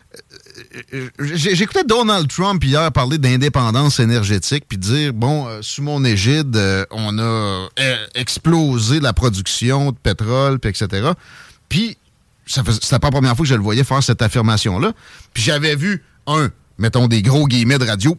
j'écoutais Donald Trump hier parler d'indépendance énergétique puis dire, bon, sous mon égide, on a explosé la production de pétrole, puis etc. Puis, c'était pas la première fois que je le voyais faire cette affirmation-là. Puis j'avais vu mettons des gros guillemets de radio,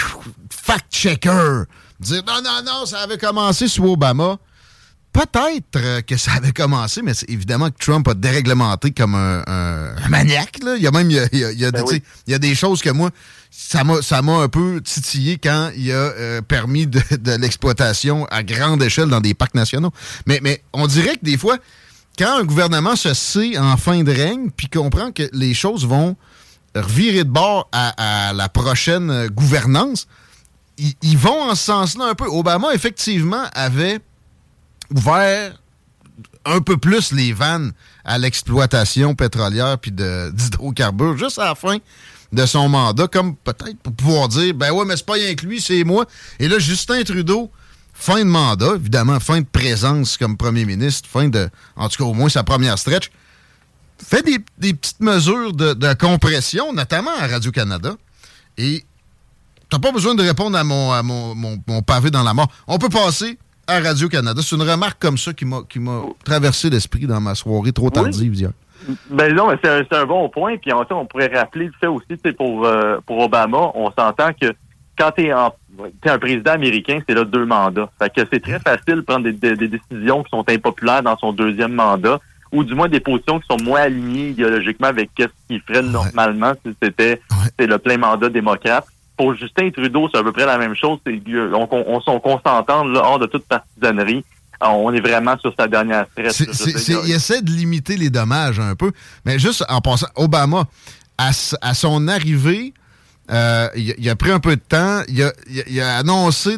fact-checker, dire non, ça avait commencé sous Obama. Peut-être que ça avait commencé, mais c'est évidemment que Trump a déréglementé comme un maniaque. Là. Il y a même il y a des choses que moi, ça m'a un peu titillé quand il a permis de l'exploitation à grande échelle dans des parcs nationaux. Mais on dirait que des fois, quand un gouvernement se sait en fin de règne, puis comprend que les choses vont revirer de bord à la prochaine gouvernance, ils vont en ce sens-là un peu. Obama, effectivement, avait ouvert un peu plus les vannes à l'exploitation pétrolière puis d'hydrocarbures juste à la fin de son mandat, comme peut-être pour pouvoir dire, ben ouais, mais c'est pas rien que lui, c'est moi. Et là, Justin Trudeau, fin de mandat, évidemment, fin de présence comme premier ministre, en tout cas au moins sa première stretch, fait des petites mesures de compression, notamment à Radio-Canada. Et t'as pas besoin de répondre à mon pavé dans la mort. On peut passer à Radio-Canada. C'est une remarque comme ça qui m'a traversé l'esprit dans ma soirée trop tardive hier. Ben non, mais c'est un bon point. Puis en fait, on pourrait rappeler le fait aussi, pour Obama, on s'entend que quand t'es un président américain, c'est là 2 mandats. Fait que c'est très facile de prendre des décisions qui sont impopulaires dans son 2e mandat, ou du moins des positions qui sont moins alignées idéologiquement avec ce qu'il ferait normalement si c'était le plein mandat démocrate. Pour Justin Trudeau, c'est à peu près la même chose. On s'entend hors de toute partisanerie. On est vraiment sur sa dernière stretch. Il essaie de limiter les dommages un peu. Mais juste en passant, Obama, à son arrivée, il a pris un peu de temps. Il a annoncé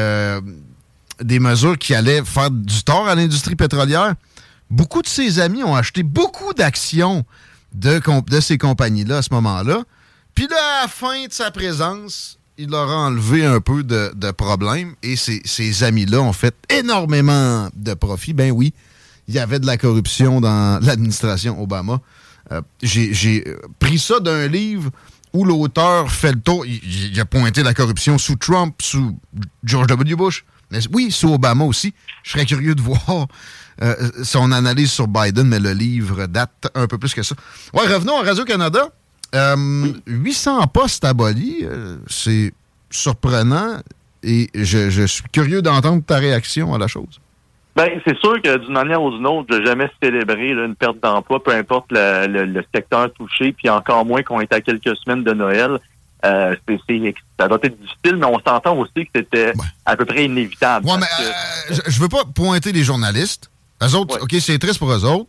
des mesures qui allaient faire du tort à l'industrie pétrolière. Beaucoup de ses amis ont acheté beaucoup d'actions de ces compagnies-là à ce moment-là. Puis là, à la fin de sa présence, il leur a enlevé un peu de problèmes et ces amis-là ont fait énormément de profit. Ben oui, il y avait de la corruption dans l'administration Obama. J'ai pris ça d'un livre où l'auteur fait le tour. Il a pointé la corruption sous Trump, sous George W. Bush. Mais oui, sous Obama aussi. Je serais curieux de voir son analyse sur Biden, mais le livre date un peu plus que ça. Ouais, revenons à Radio-Canada. 800 postes abolis, c'est surprenant et je suis curieux d'entendre ta réaction à la chose. Ben, c'est sûr que d'une manière ou d'une autre, je n'ai jamais célébré une perte d'emploi, peu importe le secteur touché, puis encore moins qu'on est à quelques semaines de Noël. Ça doit être difficile, mais on s'entend aussi que c'était à peu près inévitable. Ouais, mais je veux pas pointer les journalistes. Eux autres, OK, c'est triste pour eux autres,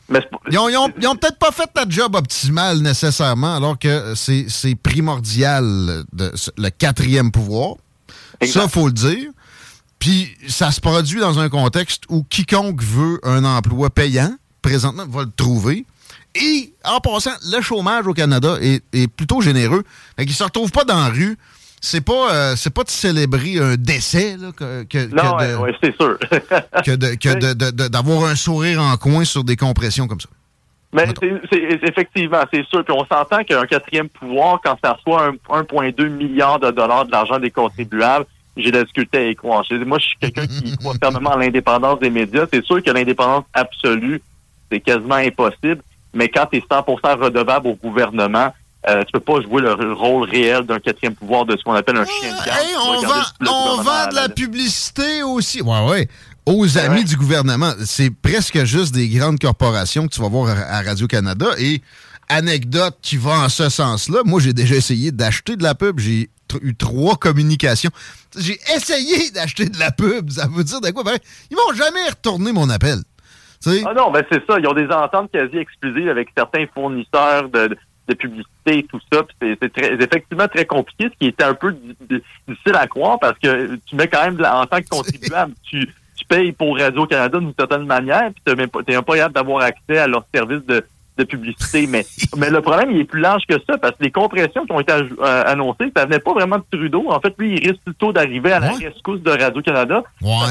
Mais ils ont peut-être pas fait la job optimale nécessairement, alors que c'est primordial, le quatrième pouvoir. Exact. Ça, il faut le dire. Puis ça se produit dans un contexte où quiconque veut un emploi payant, présentement, va le trouver. Et, en passant, le chômage au Canada est plutôt généreux. Fait qu'ils ne se retrouvent pas dans la rue. C'est pas de célébrer un décès là, c'est sûr. d'avoir un sourire en coin sur des compressions comme ça. Mais c'est effectivement, c'est sûr. Puis on s'entend qu'un quatrième pouvoir, quand ça reçoit 1,2 milliard de dollars de l'argent des contribuables, j'ai de la difficulté à y croire. Moi, je suis quelqu'un qui croit fermement à l'indépendance des médias. C'est sûr que l'indépendance absolue, c'est quasiment impossible. Mais quand tu es 100% redevable au gouvernement, tu peux pas jouer le rôle réel d'un quatrième pouvoir de ce qu'on appelle un chien de garde. On vend de la publicité aussi. Ouais. Aux amis du gouvernement. C'est presque juste des grandes corporations que tu vas voir à Radio-Canada. Et anecdote qui va en ce sens-là, moi, j'ai déjà essayé d'acheter de la pub. J'ai eu 3 communications. J'ai essayé d'acheter de la pub. Ça veut dire de quoi? Ils vont jamais retourner mon appel. T'sais? Ah non, c'est ça. Ils ont des ententes quasi exclusives avec certains fournisseurs de publicité et tout ça. C'est effectivement très compliqué, ce qui était un peu difficile à croire parce que tu mets quand même, en tant que contribuable, tu payes pour Radio-Canada d'une certaine manière, puis t'es même pas capable d'avoir accès à leur service de publicité. Mais le problème, il est plus large que ça, parce que les compressions qui ont été annoncées, ça venait pas vraiment de Trudeau. En fait, lui, il risque plutôt d'arriver à la rescousse de Radio-Canada.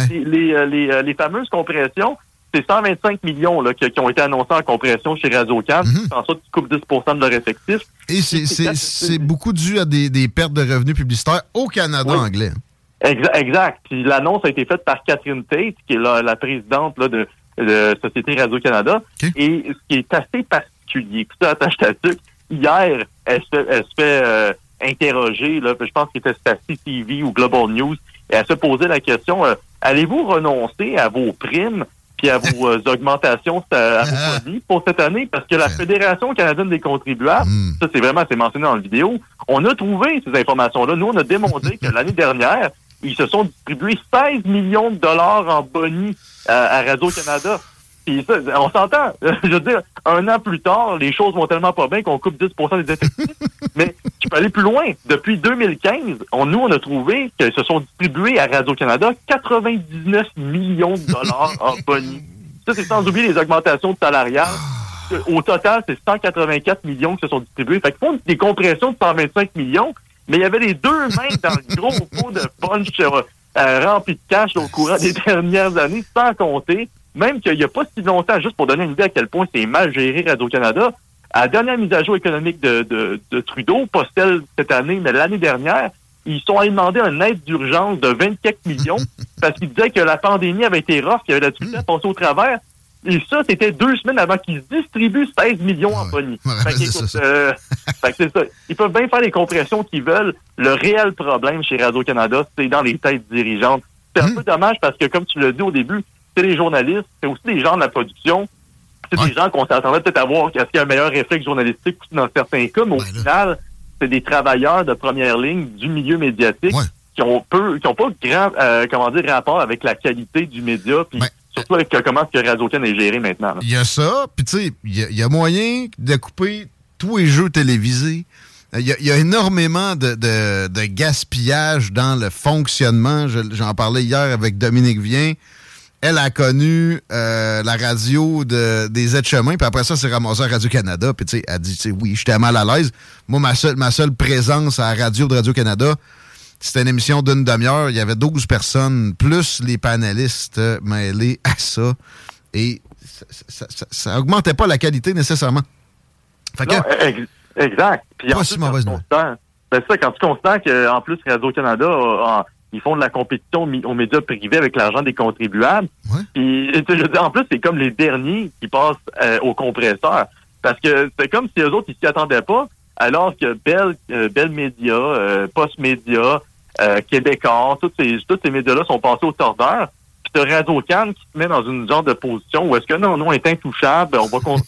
Les fameuses compressions, c'est 125 millions là, qui ont été annoncés en compression chez Radio-Can. En sorte qu'ils coupent 10% de leur effectif. Et c'est beaucoup dû à des pertes de revenus publicitaires au Canada anglais. Exact. Puis l'annonce a été faite par Catherine Tate, qui est la présidente là, de Société Radio-Canada. Okay. Et ce qui est assez particulier, tout ça attache à ça, hier, elle se fait interroger, là, je pense que c'était Stacy TV ou Global News, et elle se posait la question, allez-vous renoncer à vos primes puis à vos augmentations à vos produits pour cette année? Parce que la Fédération canadienne des contribuables, ça c'est mentionné dans la vidéo, on a trouvé ces informations-là. Nous, on a démontré que l'année dernière, ils se sont distribués 16 millions de dollars en boni à Radio-Canada. Puis ça, on s'entend. Je veux dire, 1 an plus tard, les choses vont tellement pas bien qu'on coupe 10% des effectifs. Mais je peux aller plus loin. Depuis 2015, nous, on a trouvé qu'ils se sont distribués à Radio-Canada 99 millions de dollars en boni. Ça, c'est sans oublier les augmentations de salariales. Au total, c'est 184 millions qui se sont distribués. Fait qu'ils font des compressions de 125 millions, mais il y avait les 2 mains dans le gros pot de punch rempli de cash au courant des dernières années, sans compter, même qu'il n'y a pas si longtemps, juste pour donner une idée à quel point c'est mal géré Radio-Canada, à la dernière mise à jour économique de Trudeau, pas celle cette année, mais l'année dernière, ils sont allés demander une aide d'urgence de 24 millions parce qu'ils disaient que la pandémie avait été rough, qu'il y avait la difficulté à passer au travers. Et ça, c'était 2 semaines avant qu'ils distribuent 16 millions en boni. Fait que c'est ça. Ils peuvent bien faire les compressions qu'ils veulent. Le réel problème chez Radio-Canada, c'est dans les têtes dirigeantes. C'est un peu dommage parce que, comme tu l'as dit au début, c'est les journalistes, c'est aussi des gens de la production. C'est des gens qu'on s'attendait peut-être à voir est-ce qu'il y a un meilleur réflexe journalistique dans certains cas, mais au final, c'est des travailleurs de première ligne du milieu médiatique qui ont pas grand rapport avec la qualité du média, puis surtout avec comment est-ce que Radio-Can est géré maintenant. Il y a ça, puis tu sais, il y a moyen de couper tous les jeux télévisés. Il y a énormément de gaspillage dans le fonctionnement. J'en parlais hier avec Dominique Vien. Elle a connu la radio des aides-chemins, puis après ça, c'est ramassé à Radio-Canada. Puis, tu sais, elle dit, oui, j'étais mal à l'aise. Moi, ma seule présence à la radio de Radio-Canada, c'était une émission d'une demi-heure. Il y avait 12 personnes, plus les panélistes mêlés à ça. Et ça augmentait pas la qualité nécessairement. Fait que, non, exact. Puis pas si mauvaise nouvelle. C'est ça, quand tu constates qu'en plus, Radio-Canada ils font de la compétition aux médias privés avec l'argent des contribuables. Puis, je veux dire, en plus, c'est comme les derniers qui passent au compresseur. Parce que c'est comme si eux autres, ils s'y attendaient pas, alors que Bell Media, Post Média, Québécois, tous ces médias-là sont passés au tordeur. Puis t'as Radio-Can qui se met dans une genre de position où est-ce que non, on est intouchable,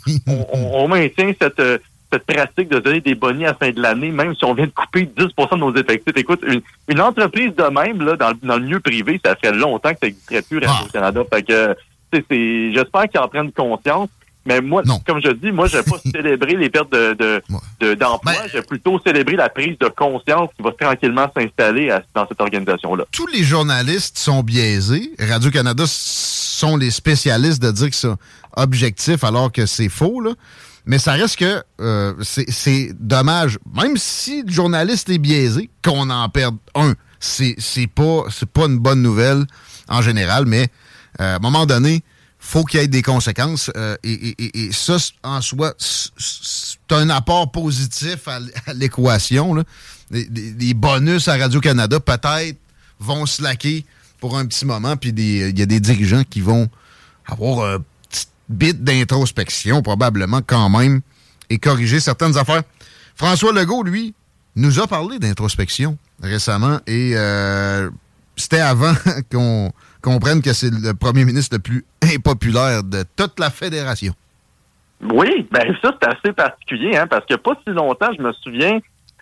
on maintient cette pratique de donner des bonnets à la fin de l'année, même si on vient de couper 10% de nos effectifs. Écoute, une entreprise de même, là, dans le milieu privé, ça fait longtemps que ça n'existerait plus Radio-Canada. Fait que, j'espère qu'ils en prennent conscience. Mais moi, comme je dis, moi, je n'ai pas célébré les pertes d'emploi. J'ai plutôt célébré la prise de conscience qui va tranquillement s'installer dans cette organisation-là. Tous les journalistes sont biaisés. Radio-Canada sont les spécialistes de dire que c'est objectif alors que c'est faux, là. Mais ça reste que c'est dommage. Même si le journaliste est biaisé, qu'on en perde un, c'est pas une bonne nouvelle en général, mais à un moment donné, faut qu'il y ait des conséquences. Et ça, en soi, c'est un apport positif à l'équation, là. Les bonus à Radio-Canada, peut-être, vont slacker pour un petit moment, puis il y a des dirigeants qui vont avoir un petit bit d'introspection, probablement, quand même, et corriger certaines affaires. François Legault, lui, nous a parlé d'introspection récemment, et c'était avant qu'on comprenne que c'est le premier ministre le plus impopulaire de toute la fédération. Oui, ben ça, c'est assez particulier, hein, parce que pas si longtemps, je me souviens,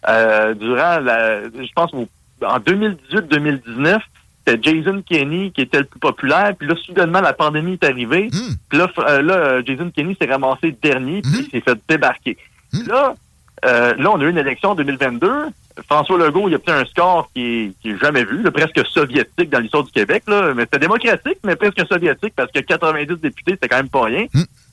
durant je pense en 2018-2019, c'était Jason Kenney qui était le plus populaire, puis là, soudainement, la pandémie est arrivée, puis là, Jason Kenney s'est ramassé dernier, puis il s'est fait débarquer. Là, on a eu une élection en 2022. François Legault, il a pris un score qui est jamais vu, là, presque soviétique dans l'histoire du Québec, là, mais c'était démocratique, mais presque soviétique, parce que 90 députés, c'était quand même pas rien.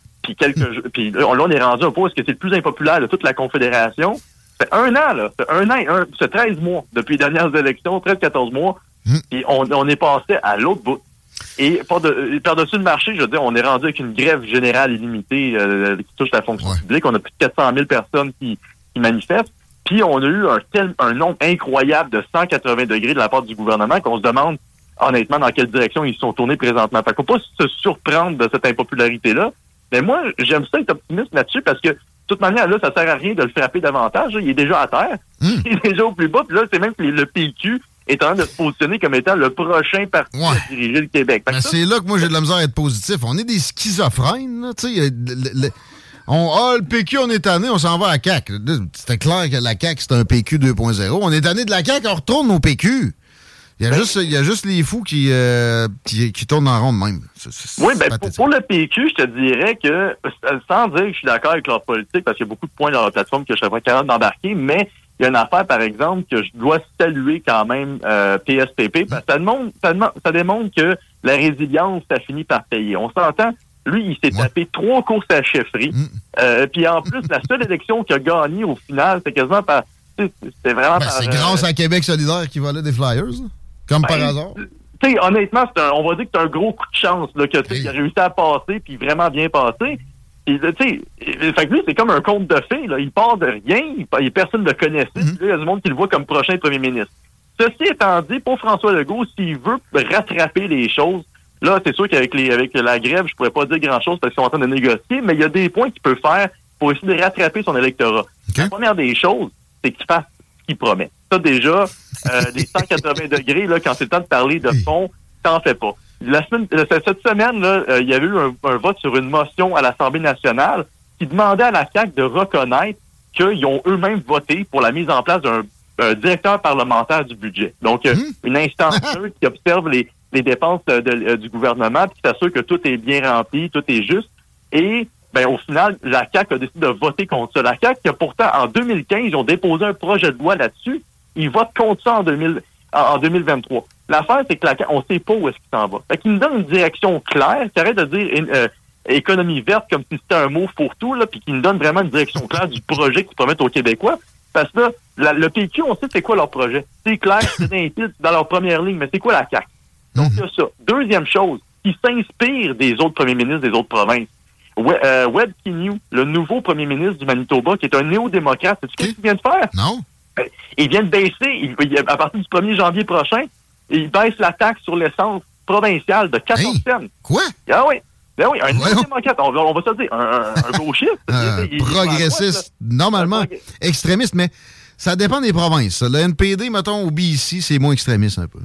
Puis là, on est rendu un point où est-ce que c'est le plus impopulaire de toute la Confédération. C'est un an, là. C'est 13 mois depuis les dernières élections, 13-14 mois. Et on est passé à l'autre bout. Et par-dessus le marché, je veux dire, on est rendu avec une grève générale illimitée qui touche la fonction publique. On a plus de 400 000 personnes qui manifestent. Puis on a eu un nombre incroyable de 180 degrés de la part du gouvernement qu'on se demande, honnêtement, dans quelle direction ils sont tournés présentement. Fait qu'il faut pas se surprendre de cette impopularité-là. Mais moi, j'aime ça être optimiste là-dessus parce que, de toute manière, là, ça sert à rien de le frapper davantage. Là. Il est déjà à terre. Il est déjà au plus bas. Puis là, c'est même que le PQ est en train de se positionner comme étant le prochain parti à diriger le Québec. C'est là que moi, j'ai de la misère à être positif. On est des schizophrènes, là. Tu sais, le PQ, on est tanné, on s'en va à la CAQ. C'était clair que la CAQ, c'est un PQ 2.0. On est tanné de la CAQ, on retourne au PQ. Il y a juste les fous qui tournent en rond de même. Pour le PQ, je te dirais que, sans dire que je suis d'accord avec leur politique, parce qu'il y a beaucoup de points dans leur plateforme que je serais pas capable d'embarquer, mais il y a une affaire, par exemple, que je dois saluer quand même PSPP, parce que ça démontre que la résilience, ça finit par payer. On s'entend, lui, il s'est tapé 3 courses à chefferie, puis en plus, la seule élection qu'il a gagnée au final, c'est quasiment par... C'était vraiment c'est grâce à Québec solidaire qui volait des Flyers, là. Comme par hasard. Tu sais, honnêtement, on va dire que c'est un gros coup de chance là, que il a réussi à passer, puis vraiment bien passé. Fait que lui, c'est comme un conte de fées. Là. Il part de rien, personne ne le connaissait. Puis là, il y a du monde qui le voit comme prochain premier ministre. Ceci étant dit, pour François Legault, s'il veut rattraper les choses, là, c'est sûr qu'avec la grève, je pourrais pas dire grand-chose parce qu'ils sont en train de négocier, mais il y a des points qu'il peut faire pour essayer de rattraper son électorat. La première des choses, c'est qu'il fasse ce qu'il promet. Ça, déjà, les 180 degrés, là, quand c'est le temps de parler de fond, t'en fais pas. Cette semaine, là, il y a eu un vote sur une motion à l'Assemblée nationale qui demandait à la CAQ de reconnaître qu'ils ont eux-mêmes voté pour la mise en place d'un directeur parlementaire du budget. Donc, une instance qui observe les dépenses du gouvernement puis qui s'assure que tout est bien rempli, tout est juste. Et au final, la CAQ a décidé de voter contre ça. La CAQ, qui a pourtant, en 2015, ils ont déposé un projet de loi là-dessus. Ils votent contre ça en 2023. L'affaire, c'est que la CAQ, on sait pas où est-ce qu'il s'en va. Fait qu'il nous donne une direction claire, qui arrête de dire économie verte comme si c'était un mot fourre-tout, là, puis qui nous donne vraiment une direction claire du projet qu'ils promettent aux Québécois. Parce que là, le PQ, on sait c'est quoi leur projet. C'est clair, c'est limpide, dans leur première ligne, mais c'est quoi la CAQ? Donc, il y a ça. Deuxième chose, qui s'inspire des autres premiers ministres des autres provinces. Webb Kinew, le nouveau premier ministre du Manitoba, qui est un néo-démocrate, sais-tu qu'est-ce qu'il vient de faire? Non. Il vient de baisser, à partir du 1er janvier prochain, il baisse la taxe sur l'essence provinciale de 14 cents. Quoi? Ah oui. Ben oui, un néo-démocrate, on va se dire, un gauchiste. Progressiste, normalement extrémiste, mais ça dépend des provinces. Le NPD, mettons, au BC, c'est moins extrémiste un peu.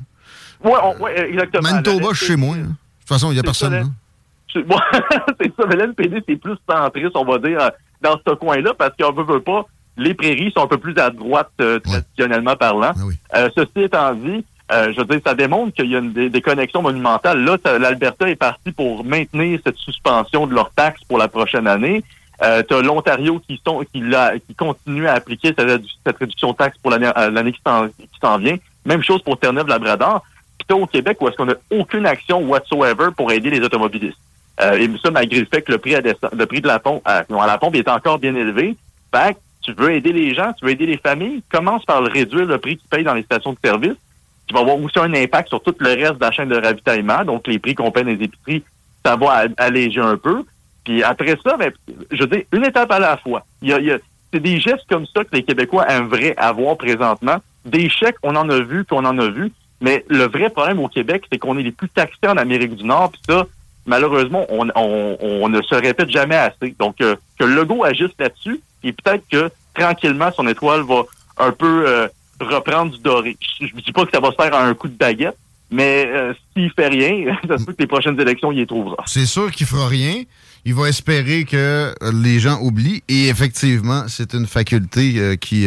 Oui, exactement. Manitoba, chez moi. De toute façon, il n'y a personne. C'est ça, mais l'NPD, c'est plus centriste, on va dire, dans ce coin-là, parce qu'on veut pas, les prairies sont un peu plus à droite, traditionnellement parlant. Ceci étant dit, je veux dire, ça démontre qu'il y a des connexions monumentales. Là, l'Alberta est parti pour maintenir cette suspension de leurs taxes pour la prochaine année. T'as l'Ontario qui continue à appliquer cette réduction de taxes pour l'année qui s'en vient. Même chose pour Terre-Neuve-Labrador. Puis t'as au Québec où est-ce qu'on n'a aucune action whatsoever pour aider les automobilistes. Et ça, malgré le fait que le prix de la pompe à la pompe est encore bien élevé. Fait que tu veux aider les gens, tu veux aider les familles, commence par réduire le prix qu'ils payent dans les stations de service. Tu vas avoir aussi un impact sur tout le reste de la chaîne de ravitaillement. Donc, les prix qu'on paie dans les épiceries, ça va alléger un peu. Puis après ça, je veux dire, une étape à la fois. C'est des gestes comme ça que les Québécois aimeraient avoir présentement. Des chèques, on en a vu, mais le vrai problème au Québec, c'est qu'on est les plus taxés en Amérique du Nord, puis ça, malheureusement, on ne se répète jamais assez. Donc, que Legault agisse là-dessus, et peut-être que, tranquillement, son étoile va un peu reprendre du doré. Je ne dis pas que ça va se faire à un coup de baguette, mais s'il fait rien, ça se peut que les prochaines élections, il y trouvera. C'est sûr qu'il fera rien. Il va espérer que les gens oublient. Et effectivement, c'est une faculté qui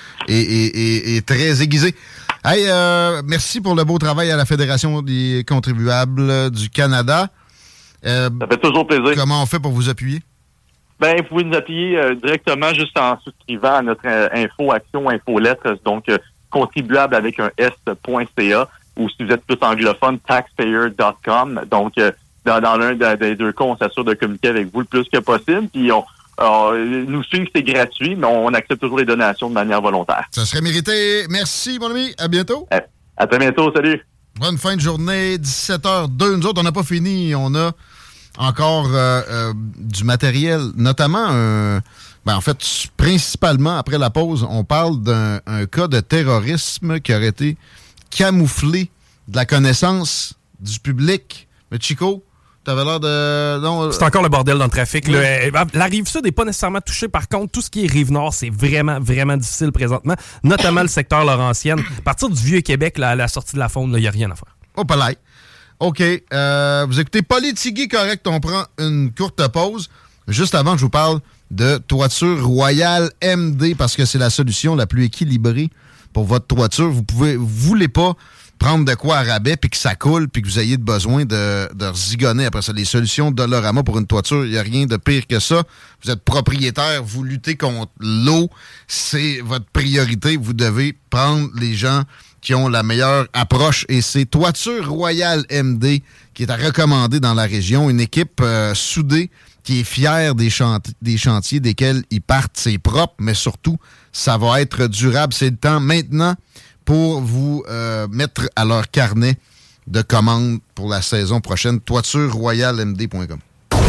est très aiguisée. Hey, merci pour le beau travail à la Fédération des contribuables du Canada. Ça fait toujours plaisir. Comment on fait pour vous appuyer? Vous pouvez nous appuyer directement juste en souscrivant à notre info-action, info-lettres, donc contribuable avec un s.ca, ou si vous êtes plus anglophone, taxpayer.com. Donc, dans l'un des deux cas, on s'assure de communiquer avec vous le plus que possible. Puis, nous suivre, c'est gratuit, mais on accepte toujours les donations de manière volontaire. Ça serait mérité. Merci, mon ami. À bientôt. À très bientôt. Salut. Bonne fin de journée. 17h02. Nous autres, on n'a pas fini. On a encore du matériel, notamment en fait, principalement après la pause, on parle d'un cas de terrorisme qui aurait été camouflé de la connaissance du public. Mais Chico, t'avais l'air de... Non, c'est encore le bordel dans le trafic. Oui. La Rive-Sud n'est pas nécessairement touchée. Par contre, tout ce qui est Rive-Nord, c'est vraiment, vraiment difficile présentement, notamment le secteur Laurentienne. À partir du Vieux-Québec, à la sortie de la Faune, il n'y a rien à faire. Oh, pas là. OK. Vous écoutez Politigui Correct. On prend une courte pause. Juste avant, je vous parle de toiture Royale MD parce que c'est la solution la plus équilibrée pour votre toiture. Vous voulez pas prendre de quoi à rabais puis que ça coule puis que vous ayez besoin de zigonner après ça. Les solutions Dollarama pour une toiture, il n'y a rien de pire que ça. Vous êtes propriétaire, vous luttez contre l'eau. C'est votre priorité. Vous devez prendre les gens qui ont la meilleure approche et c'est Toiture Royale MD qui est à recommander dans la région. Une équipe soudée qui est fière des chantiers desquels ils partent. C'est propre, mais surtout, ça va être durable. C'est le temps maintenant pour vous mettre à leur carnet de commandes pour la saison prochaine. ToitureRoyaleMD.com.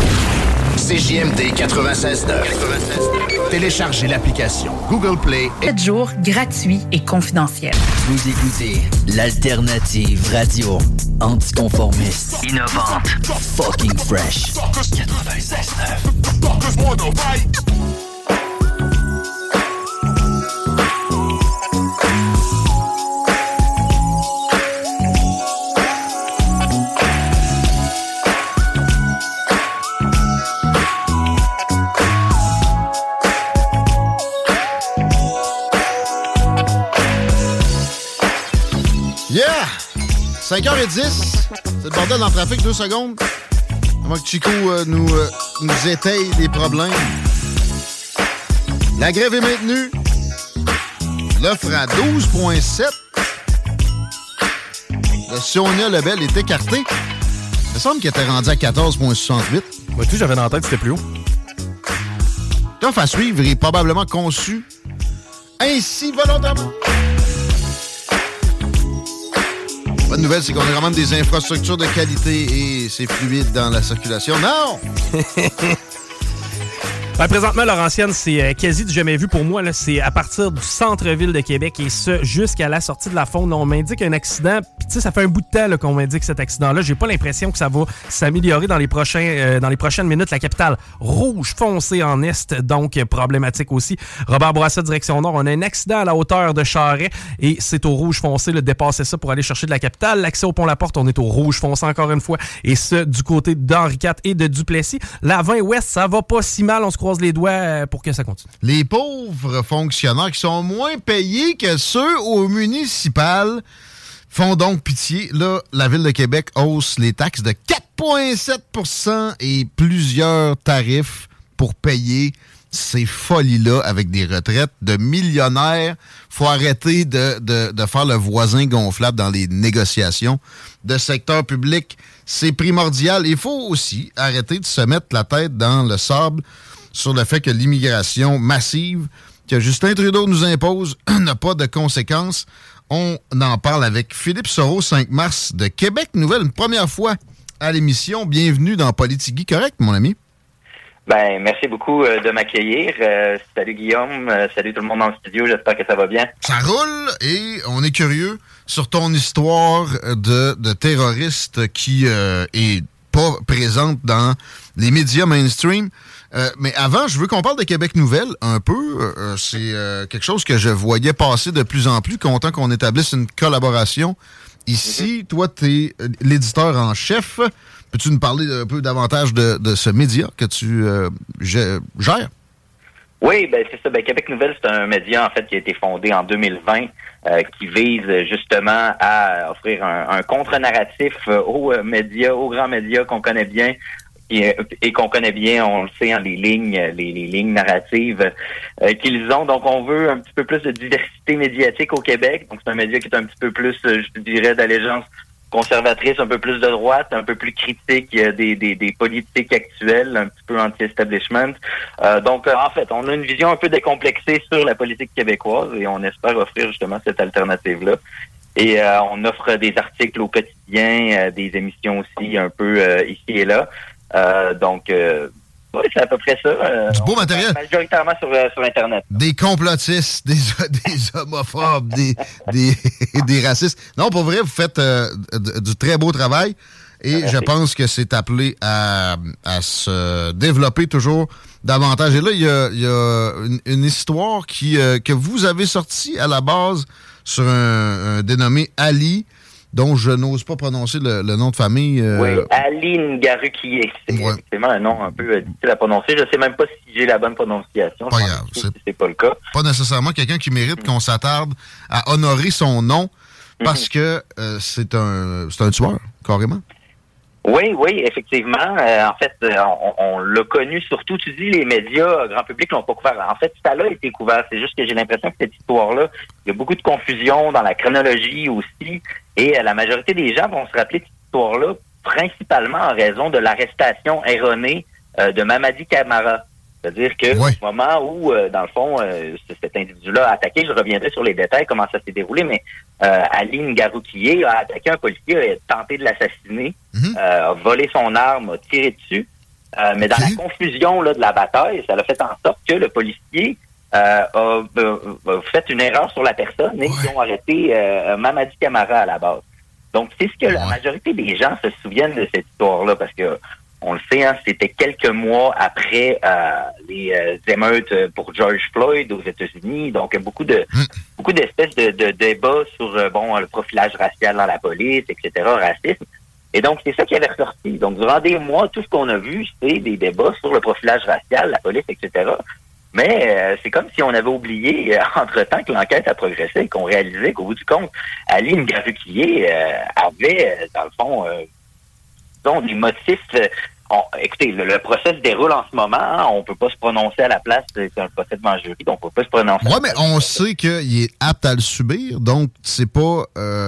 CJMD 96.9. Téléchargez l'application Google Play. 7 jours gratuits et confidentiels. Vous écoutez l'alternative radio anticonformiste, innovante, fucking fresh. 96.9. Yeah! 5h10, c'est le bordel dans le trafic, 2 secondes. Avant que Chico nous étaye les problèmes. La grève est maintenue. L'offre à 12,7. Le Sonia Lebel est écarté. Il me semble qu'il était rendu à 14,68. Ouais, tu j'avais dans la tête, c'était plus haut. L'offre à suivre est probablement conçue ainsi volontairement. Bonne nouvelle, c'est qu'on a vraiment des infrastructures de qualité et c'est fluide dans la circulation. Non! Présentement, Laurentienne, c'est quasi du jamais vu pour moi. Là. C'est à partir du centre-ville de Québec et ce, jusqu'à la sortie de la Faune. Là, on m'indique un accident. Puis, tu sais, ça fait un bout de temps là, qu'on m'indique cet accident-là. J'ai pas l'impression que ça va s'améliorer dans les prochaines minutes. La capitale rouge foncé en est, donc problématique aussi. Robert Bourassa, direction nord. On a un accident à la hauteur de Charest et c'est au rouge foncé. Là, dépasser ça pour aller chercher de la capitale. L'accès au Pont-la-Porte, on est au rouge foncé encore une fois. Et ce, du côté d'Henri IV et de Duplessis. La 20 Ouest, ça va pas si mal. On se croise les doigts pour que ça continue. Les pauvres fonctionnaires qui sont moins payés que ceux au municipal font donc pitié. Là, la Ville de Québec hausse les taxes de 4,7 % et plusieurs tarifs pour payer ces folies-là avec des retraites de millionnaires. Faut arrêter de faire le voisin gonflable dans les négociations de secteur public. C'est primordial. Il faut aussi arrêter de se mettre la tête dans le sable sur le fait que l'immigration massive que Justin Trudeau nous impose n'a pas de conséquences. On en parle avec Philippe Soro, 5 mars de Québec Nouvelle, une première fois à l'émission. Bienvenue dans Politique Correct, mon ami. Ben, merci beaucoup de m'accueillir. Salut Guillaume, salut tout le monde dans le studio, j'espère que ça va bien. Ça roule et on est curieux sur ton histoire de terroriste qui est pas présente dans les médias mainstream. Mais avant, je veux qu'on parle de Québec Nouvelle un peu. C'est quelque chose que je voyais passer de plus en plus, content qu'on établisse une collaboration. Ici, toi, tu es l'éditeur en chef. Peux-tu nous parler un peu davantage de ce média que tu gères? Oui, ben c'est ça. Ben, Québec Nouvelle, c'est un média en fait qui a été fondé en 2020, qui vise justement à offrir un contre-narratif aux médias, aux grands médias qu'on connaît bien. Et qu'on connaît bien, on le sait, les lignes narratives qu'ils ont. Donc, on veut un petit peu plus de diversité médiatique au Québec. Donc, c'est un média qui est un petit peu plus, je dirais, d'allégeance conservatrice, un peu plus de droite, un peu plus critique des politiques actuelles, un petit peu anti-establishment. Donc, en fait, on a une vision un peu décomplexée sur la politique québécoise et on espère offrir justement cette alternative-là. Et on offre des articles au quotidien, des émissions aussi un peu ici et là. Oui, c'est à peu près ça. Du beau matériel. Majoritairement sur Internet. Des complotistes, des homophobes, des racistes. Non, pour vrai, vous faites du très beau travail. Et je pense que c'est appelé à se développer toujours davantage. Et là, il y a une histoire que vous avez sortie à la base sur un dénommé Ali, dont je n'ose pas prononcer le nom de famille. Oui, Ali Ngarukiye. C'est effectivement un nom un peu difficile à prononcer. Je ne sais même pas si j'ai la bonne prononciation. Pas grave. C'est pas le cas. Pas nécessairement quelqu'un qui mérite qu'on s'attarde à honorer son nom parce que c'est un tueur, carrément. Oui, effectivement. En fait, on l'a connu surtout, tu dis, les médias grand public l'ont pas couvert. En fait, ça a été couvert. C'est juste que j'ai l'impression que cette histoire-là, il y a beaucoup de confusion dans la chronologie aussi. Et la majorité des gens vont se rappeler de cette histoire-là principalement en raison de l'arrestation erronée de Mamadi Camara. C'est-à-dire que au moment où, dans le fond, cet individu-là a attaqué, je reviendrai sur les détails, comment ça s'est déroulé, mais Ali Ngarukiye a attaqué un policier, a tenté de l'assassiner, a volé son arme, a tiré dessus. Mais dans la confusion là, de la bataille, ça a fait en sorte que le policier a fait une erreur sur la personne et ils ont arrêté Mamadi Camara à la base. Donc, c'est ce que la majorité des gens se souviennent de cette histoire-là, parce que on le sait, c'était quelques mois après les émeutes pour George Floyd aux États-Unis. Donc, beaucoup d'espèces de débats sur le profilage racial dans la police, etc., racisme. Et donc, c'est ça qui avait ressorti. Donc, durant des mois, tout ce qu'on a vu, c'est des débats sur le profilage racial, la police, etc. Mais c'est comme si on avait oublié, entre-temps, que l'enquête a progressé et qu'on réalisait qu'au bout du compte, Ali Ngarukiye avait, dans le fond, des motifs. Écoutez, le procès se déroule en ce moment. On peut pas se prononcer à la place. C'est un procès devant le jury, donc on peut pas se prononcer. Oui, mais on sait qu'il est apte à le subir, donc c'est pas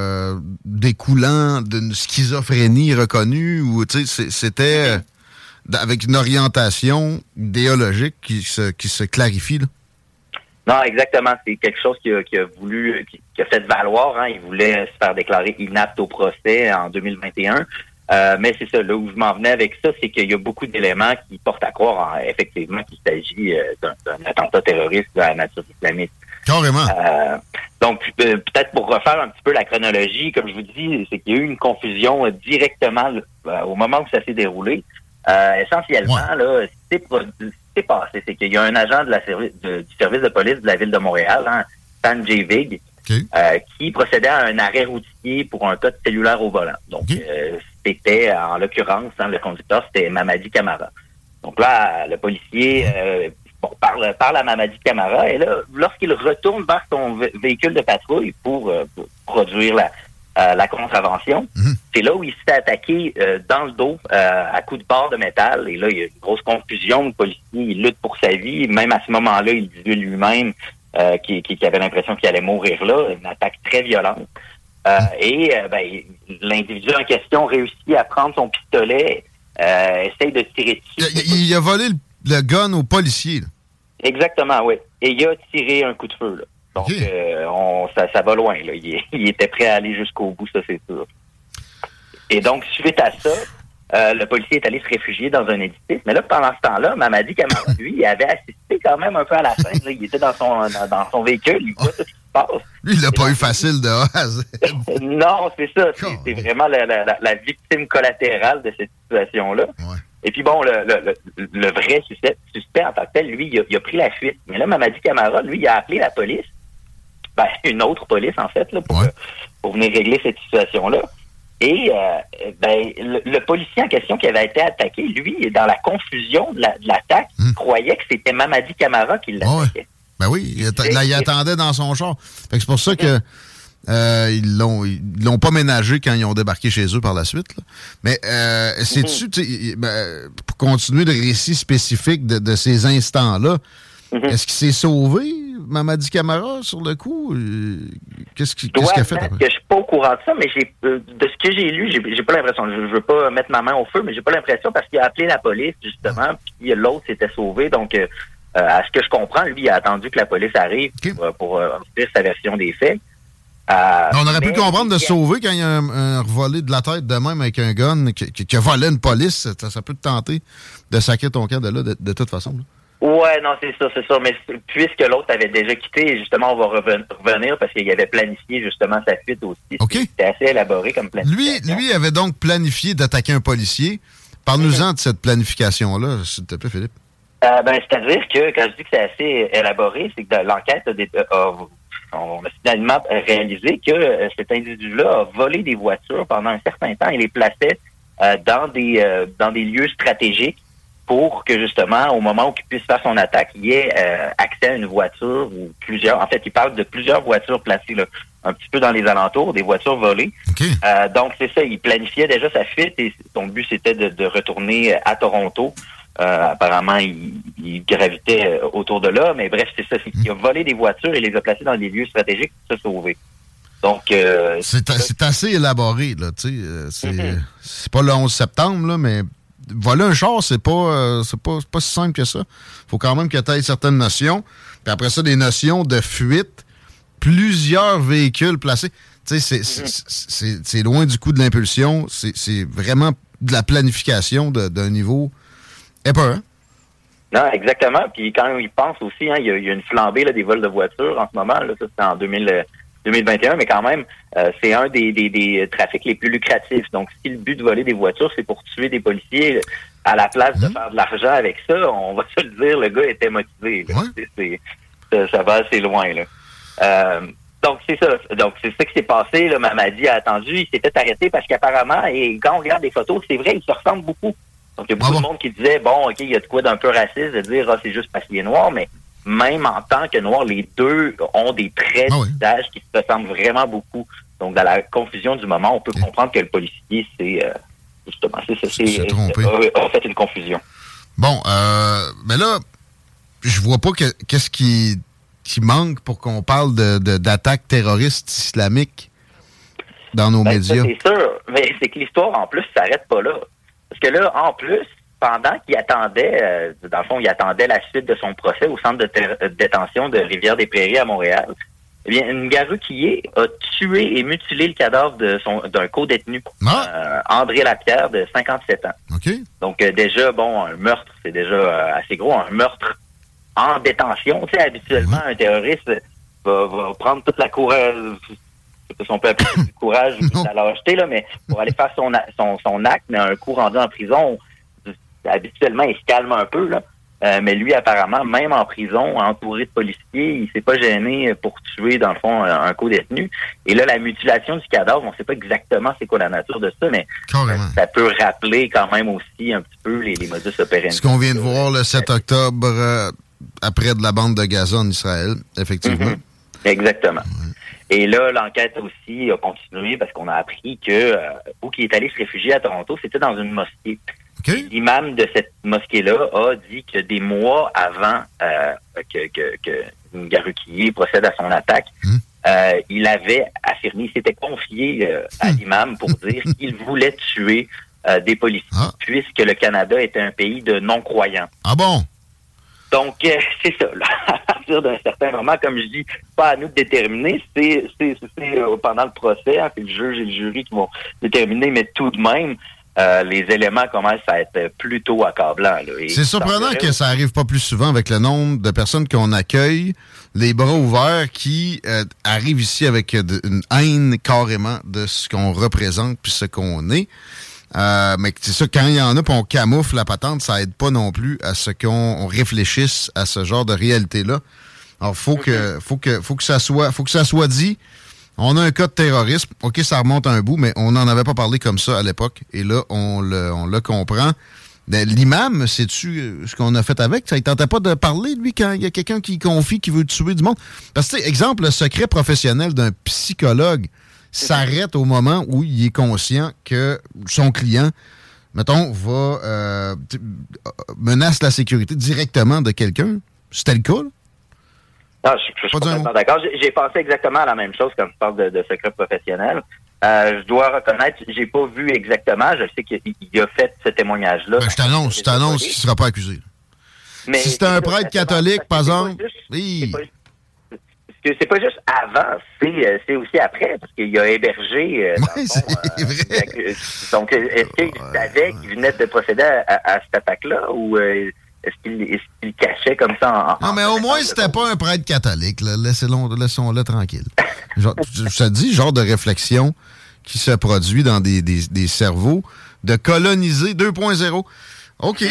découlant d'une schizophrénie reconnue ou c'était avec une orientation idéologique qui se clarifie, là. Non, exactement. C'est quelque chose qui a fait valoir. Il voulait se faire déclarer inapte au procès en 2021. Mais c'est ça, là où je m'en venais avec ça, c'est qu'il y a beaucoup d'éléments qui portent à croire, effectivement, qu'il s'agit d'un attentat terroriste de la nature islamiste. Carrément. Donc, peut-être pour refaire un petit peu la chronologie, comme je vous dis, c'est qu'il y a eu une confusion directement au moment où ça s'est déroulé. Essentiellement, là, ce qui s'est passé, c'est qu'il y a un agent du service de police de la ville de Montréal, Sanjay Vig, qui procédait à un arrêt routier pour un cas de cellulaire au volant. Donc, c'était, en l'occurrence, le conducteur, c'était Mamadi Camara. Donc là, le policier parle à Mamadi Camara, et là, lorsqu'il retourne vers son véhicule de patrouille pour produire la contravention. C'est là où il s'est attaqué dans le dos à coups de barre de métal. Et là, il y a une grosse confusion. Le policier, il lutte pour sa vie. Même à ce moment-là, il disait lui-même qu'il avait l'impression qu'il allait mourir là. Une attaque très violente. L'individu en question réussit à prendre son pistolet, essaye de tirer dessus. Il a volé le gun au policier. Là. Exactement, oui. Et il a tiré un coup de feu, là. Donc, ça va loin, là. Il était prêt à aller jusqu'au bout, ça, c'est sûr. Et donc, suite à ça, le policier est allé se réfugier dans un édifice. Mais là, pendant ce temps-là, Mamadi Camara, lui, il avait assisté quand même un peu à la scène. Là. Il était dans son véhicule, il voit tout ce qui se passe. Lui, il l'a pas eu facile de A à Z. Non, c'est ça. C'est vraiment la victime collatérale de cette situation-là. Ouais. Et puis bon, le vrai suspect en tant que tel, lui, il a pris la fuite. Mais là, Mamadi Camara, lui, il a appelé la police. Une autre police, en fait, là, pour venir régler cette situation-là. Et le policier en question qui avait été attaqué, lui, dans la confusion de l'attaque, croyait que c'était Mamadi Camara qui l'attaquait. Ouais. Ben oui, il attendait dans son char. Fait que c'est pour ça que ils l'ont pas ménagé quand ils ont débarqué chez eux par la suite. Là. Mais sais-tu, pour continuer le récit spécifique de ces instants-là, est-ce qu'il s'est sauvé, Mamadi Camara, sur le coup? Qu'est-ce qu'il a fait après? Je suis pas au courant de ça, mais de ce que j'ai lu, j'ai pas l'impression. Je veux pas mettre ma main au feu, mais j'ai pas l'impression parce qu'il a appelé la police, justement, puis l'autre s'était sauvé. Donc, à ce que je comprends, lui, il a attendu que la police arrive pour dire sa version des faits. On aurait pu comprendre de se sauver quand il y a un revolé de la tête de même avec un gun qui a volé une police. Ça peut te tenter de sacrer ton camp de là, de toute façon. Là. Ouais, non, c'est ça. Mais puisque l'autre avait déjà quitté, justement, on va revenir parce qu'il avait planifié justement sa fuite aussi. Okay. C'était assez élaboré comme planification. Lui avait donc planifié d'attaquer un policier. Parle-nous-en de cette planification-là, s'il te plaît, Philippe. C'est-à-dire que quand je dis que c'est assez élaboré, c'est que l'enquête on a finalement réalisé que cet individu-là a volé des voitures pendant un certain temps et les plaçait dans des lieux stratégiques pour que, justement, au moment où il puisse faire son attaque, il y ait accès à une voiture ou plusieurs. En fait, il parle de plusieurs voitures placées là, un petit peu dans les alentours, des voitures volées. Okay. Donc, c'est ça, il planifiait déjà sa fuite et son but, c'était de retourner à Toronto. Apparemment, il gravitait autour de là, mais bref, c'est ça. Il a volé des voitures et les a placées dans des lieux stratégiques pour se sauver. Donc, c'est assez élaboré, là, tu sais. C'est pas le 11 septembre, là, mais voler un char, c'est pas si simple que ça. Faut quand même que tu aies certaines notions. Puis après ça, des notions de fuite, plusieurs véhicules placés. Tu sais, c'est loin du coup de l'impulsion. C'est vraiment de la planification d'un niveau épeurant. Non, exactement. Puis quand il pense aussi, il y a une flambée là, des vols de voitures en ce moment. Là, ça, c'est en 2021, mais quand même, c'est un des trafics les plus lucratifs. Donc, si le but de voler des voitures, c'est pour tuer des policiers, à la place de faire de l'argent avec ça, on va se le dire, le gars était motivé. Ça va assez loin. Là. Donc, c'est ça. Donc, c'est ça qui s'est passé. Là. Mamadi a attendu. Il s'était arrêté parce qu'apparemment, et quand on regarde des photos, c'est vrai, il se ressemble beaucoup. Donc, il y a beaucoup de monde qui disait, bon, OK, il y a de quoi d'un peu raciste de dire, c'est juste parce qu'il est noir, mais même en tant que noir, les deux ont des traits de visage qui se ressemblent vraiment beaucoup. Donc, dans la confusion du moment, on peut comprendre que le policier, justement, a fait une confusion. Bon, mais là, je vois pas qu'est-ce qui manque pour qu'on parle d'attaques terroristes islamiques dans nos médias. C'est sûr, mais c'est que l'histoire, en plus, s'arrête pas là. Parce que là, en plus, pendant qu'il attendait, dans le fond, il attendait la suite de son procès au centre de détention de Rivière-des-Prairies à Montréal, eh bien, une Ngarukiye a tué et mutilé le cadavre d'un co-détenu, André Lapierre, de 57 ans. Okay. Donc, déjà, bon, un meurtre, c'est déjà assez gros, un meurtre en détention. Tu sais, habituellement, un terroriste va prendre toute la courage, je sais pas si on peut appeler ça du courage ou de la lâcheté, là, mais pour aller faire son acte, mais un coup rendu en prison, habituellement, il se calme un peu, là. Mais lui, apparemment, même en prison, entouré de policiers, il s'est pas gêné pour tuer, dans le fond, un co-détenu. Et là, la mutilation du cadavre, on sait pas exactement c'est quoi la nature de ça, mais ça peut rappeler quand même aussi un petit peu les modus operandi. Ce qu'on vient de voir le 7 octobre, après de la bande de Gaza en Israël, effectivement. Exactement. Et là, l'enquête aussi a continué parce qu'on a appris que où qui est allé se réfugier à Toronto, c'était dans une mosquée. Okay. L'imam de cette mosquée-là a dit que des mois avant que Ngarukiye procède à son attaque, il avait affirmé, il s'était confié à l'imam pour dire qu'il voulait tuer des policiers, puisque le Canada était un pays de non-croyants. Ah bon? Donc, c'est ça, là. À partir d'un certain moment, comme je dis, pas à nous de déterminer, c'est pendant le procès, hein, c'est le juge et le jury qui vont déterminer, mais tout de même, les éléments commencent à être plutôt accablants. C'est surprenant que ça arrive pas plus souvent avec le nombre de personnes qu'on accueille, les bras ouverts, qui arrivent ici avec une haine carrément de ce qu'on représente puis ce qu'on est. Mais c'est ça, quand il y en a, puis on camoufle la patente, ça aide pas non plus à ce qu'on réfléchisse à ce genre de réalité-là. Alors, faut que ça soit dit. On a un cas de terrorisme. OK, ça remonte un bout, mais on n'en avait pas parlé comme ça à l'époque. Et là, on le comprend. L'imam, sais-tu ce qu'on a fait avec? Ça ne tentait pas de parler, lui, quand il y a quelqu'un qui confie, qui veut tuer du monde. Parce que, exemple, le secret professionnel d'un psychologue s'arrête au moment où il est conscient que son client, mettons, menace la sécurité directement de quelqu'un. C'était le cas, là? Non, je suis complètement d'accord. J'ai pensé exactement à la même chose quand tu parles de secret professionnel. Je dois reconnaître, j'ai pas vu exactement. Je sais qu'il a fait ce témoignage-là. Je t'annonce qu'il ne sera pas accusé. Mais si c'était un prêtre catholique, par exemple... C'est pas juste avant, c'est aussi après, parce qu'il a hébergé. Oui, c'est vrai. Donc, est-ce qu'il savait qu'il venait de procéder à cette attaque-là, ou est-ce qu'il cachait comme ça Non, mais au moins, c'était pas un prêtre catholique. Là. Laissons-le tranquille. Genre, je te dis, genre de réflexion qui se produit dans des cerveaux de coloniser 2.0. OK,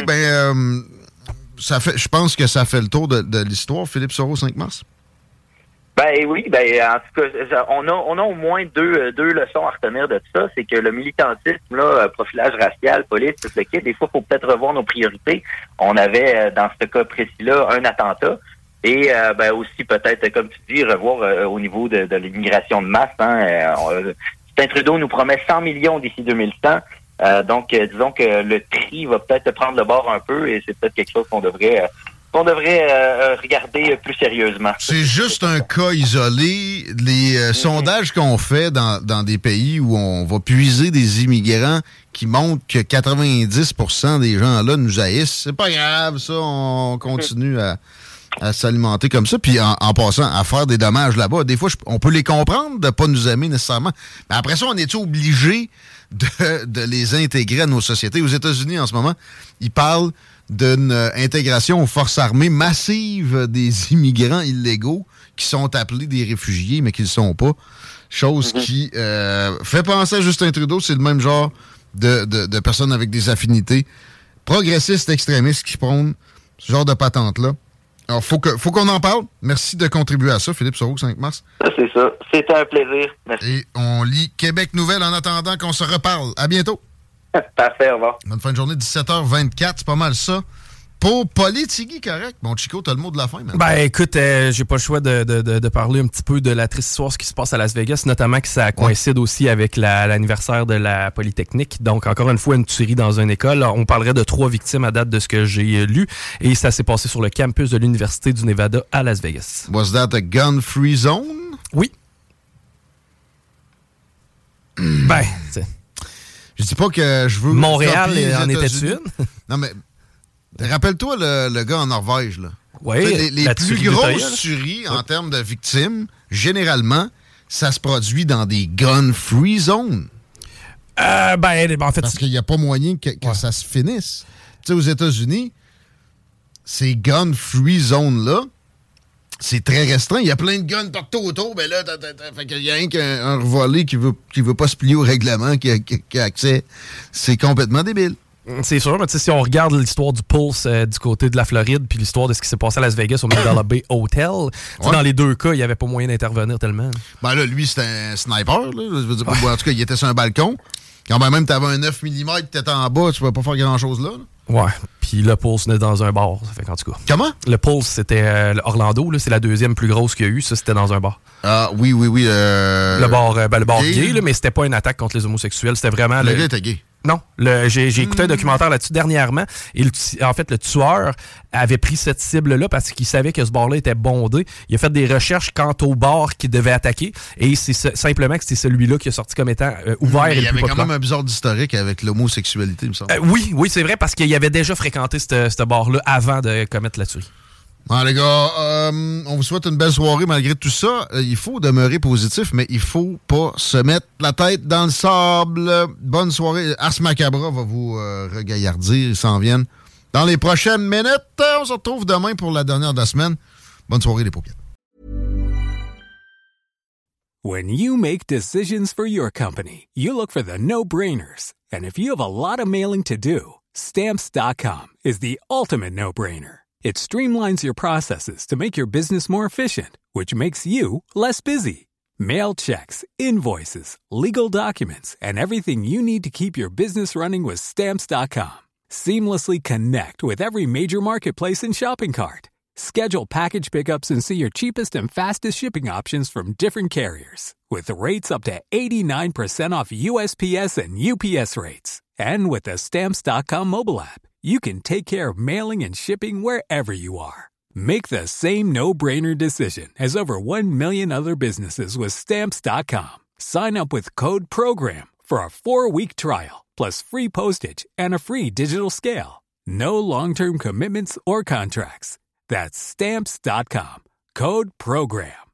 je pense que ça fait le tour de l'histoire, Philippe Soro, 5 mars. Ben oui, en tout cas, on a au moins deux leçons à retenir de tout ça. C'est que le militantisme, là, profilage racial, police, tout le kit, des fois, il faut peut-être revoir nos priorités. On avait, dans ce cas précis-là, un attentat. Et aussi, peut-être, comme tu dis, revoir au niveau de l'immigration de masse. Justin Trudeau nous promet 100 millions d'ici 2100. Donc, disons que le tri va peut-être prendre le bord un peu, et c'est peut-être quelque chose qu'on devrait regarder plus sérieusement. C'est juste un cas isolé. Les sondages qu'on fait dans des pays où on va puiser des immigrants qui montrent que 90% des gens là nous haïssent, c'est pas grave, ça, on continue à s'alimenter comme ça, puis en passant à faire des dommages là-bas. Des fois, on peut les comprendre de pas nous aimer nécessairement, mais après ça, on est obligé de les intégrer à nos sociétés. Aux États-Unis, en ce moment, ils parlent d'une intégration aux forces armées massive des immigrants illégaux qui sont appelés des réfugiés, mais qui ne le sont pas. Chose qui fait penser à Justin Trudeau. C'est le même genre de personnes avec des affinités progressistes extrémistes qui prônent ce genre de patente-là. Alors, faut qu'on en parle. Merci de contribuer à ça, Philippe Soro, 5 mars. C'est ça. C'était un plaisir. Merci. Et on lit Québec Nouvelle en attendant qu'on se reparle. À bientôt. Parfait, au revoir. Bonne fin de journée, 17h24, c'est pas mal ça. Pour Politigui, correct. Bon, Chico, t'as le mot de la fin maintenant. Écoute, j'ai pas le choix de parler un petit peu de la triste histoire, ce qui se passe à Las Vegas, notamment que ça coïncide aussi avec l'anniversaire de la Polytechnique. Donc, encore une fois, une tuerie dans une école. Alors, on parlerait de 3 victimes à date de ce que j'ai lu. Et ça s'est passé sur le campus de l'Université du Nevada à Las Vegas. Was that a gun-free zone? Oui. Je dis pas que je veux... Montréal en était une? Non, mais rappelle-toi le gars en Norvège, là. Oui, les plus grosses tueries en termes de victimes, généralement, ça se produit dans des gun-free zones. En fait... Parce qu'il n'y a pas moyen que ça se finisse. Tu sais, aux États-Unis, ces gun-free zones-là, c'est très restreint. Il y a plein de guns partout autour. Ben là, il y a un revolé qui veut pas se plier au règlement, qui a accès. C'est complètement débile. C'est sûr, mais si on regarde l'histoire du Pulse du côté de la Floride, puis l'histoire de ce qui s'est passé à Las Vegas au Mandalay Bay Hotel, dans les deux cas, il n'y avait pas moyen d'intervenir tellement. Ben là, lui, c'était un sniper. Là. Je veux dire, en tout cas, il était sur un balcon. Quand même, tu avais un 9 mm, tu étais en bas, tu ne pouvais pas faire grand-chose là. Ouais. Puis le Pulse venait dans un bar. Ça fait qu'en tout cas. Comment? Le Pulse, c'était Orlando. Là, c'est la deuxième plus grosse qu'il y a eu. Ça, c'était dans un bar. Ah, oui. Le bar gay, gay, là, mais c'était pas une attaque contre les homosexuels. C'était vraiment... Le gars était gay. Non. J'ai écouté un documentaire là-dessus dernièrement. Et en fait, le tueur avait pris cette cible-là parce qu'il savait que ce bar-là était bondé. Il a fait des recherches quant au bar qu'il devait attaquer. Et c'est simplement que c'est celui-là qui est sorti comme étant ouvert et le plus populaire. Il y avait quand même un bizarre d'historique avec l'homosexualité, il me semble. Oui, c'est vrai, parce qu'il avait déjà fréquenté ce bar-là avant de commettre la tuerie. Bon, les gars, on vous souhaite une belle soirée malgré tout ça. Il faut demeurer positif, mais il faut pas se mettre la tête dans le sable. Bonne soirée. Ars Macabra va vous regaillardir. Ils s'en viennent dans les prochaines minutes. On se retrouve demain pour la dernière de la semaine. Bonne soirée, les paupières. When you make decisions for your company, you look for the no-brainers. And if you have a lot of mailing to do, Stamps.com is the ultimate no-brainer. It streamlines your processes to make your business more efficient, which makes you less busy. Mail checks, invoices, legal documents, and everything you need to keep your business running with Stamps.com. Seamlessly connect with every major marketplace and shopping cart. Schedule package pickups and see your cheapest and fastest shipping options from different carriers, with rates up to 89% off USPS and UPS rates. And with the Stamps.com mobile app, you can take care of mailing and shipping wherever you are. Make the same no-brainer decision as over 1 million other businesses with Stamps.com. Sign up with code PROGRAM for a 4-week trial, plus free postage and a free digital scale. No long-term commitments or contracts. That's Stamps.com. Code PROGRAM.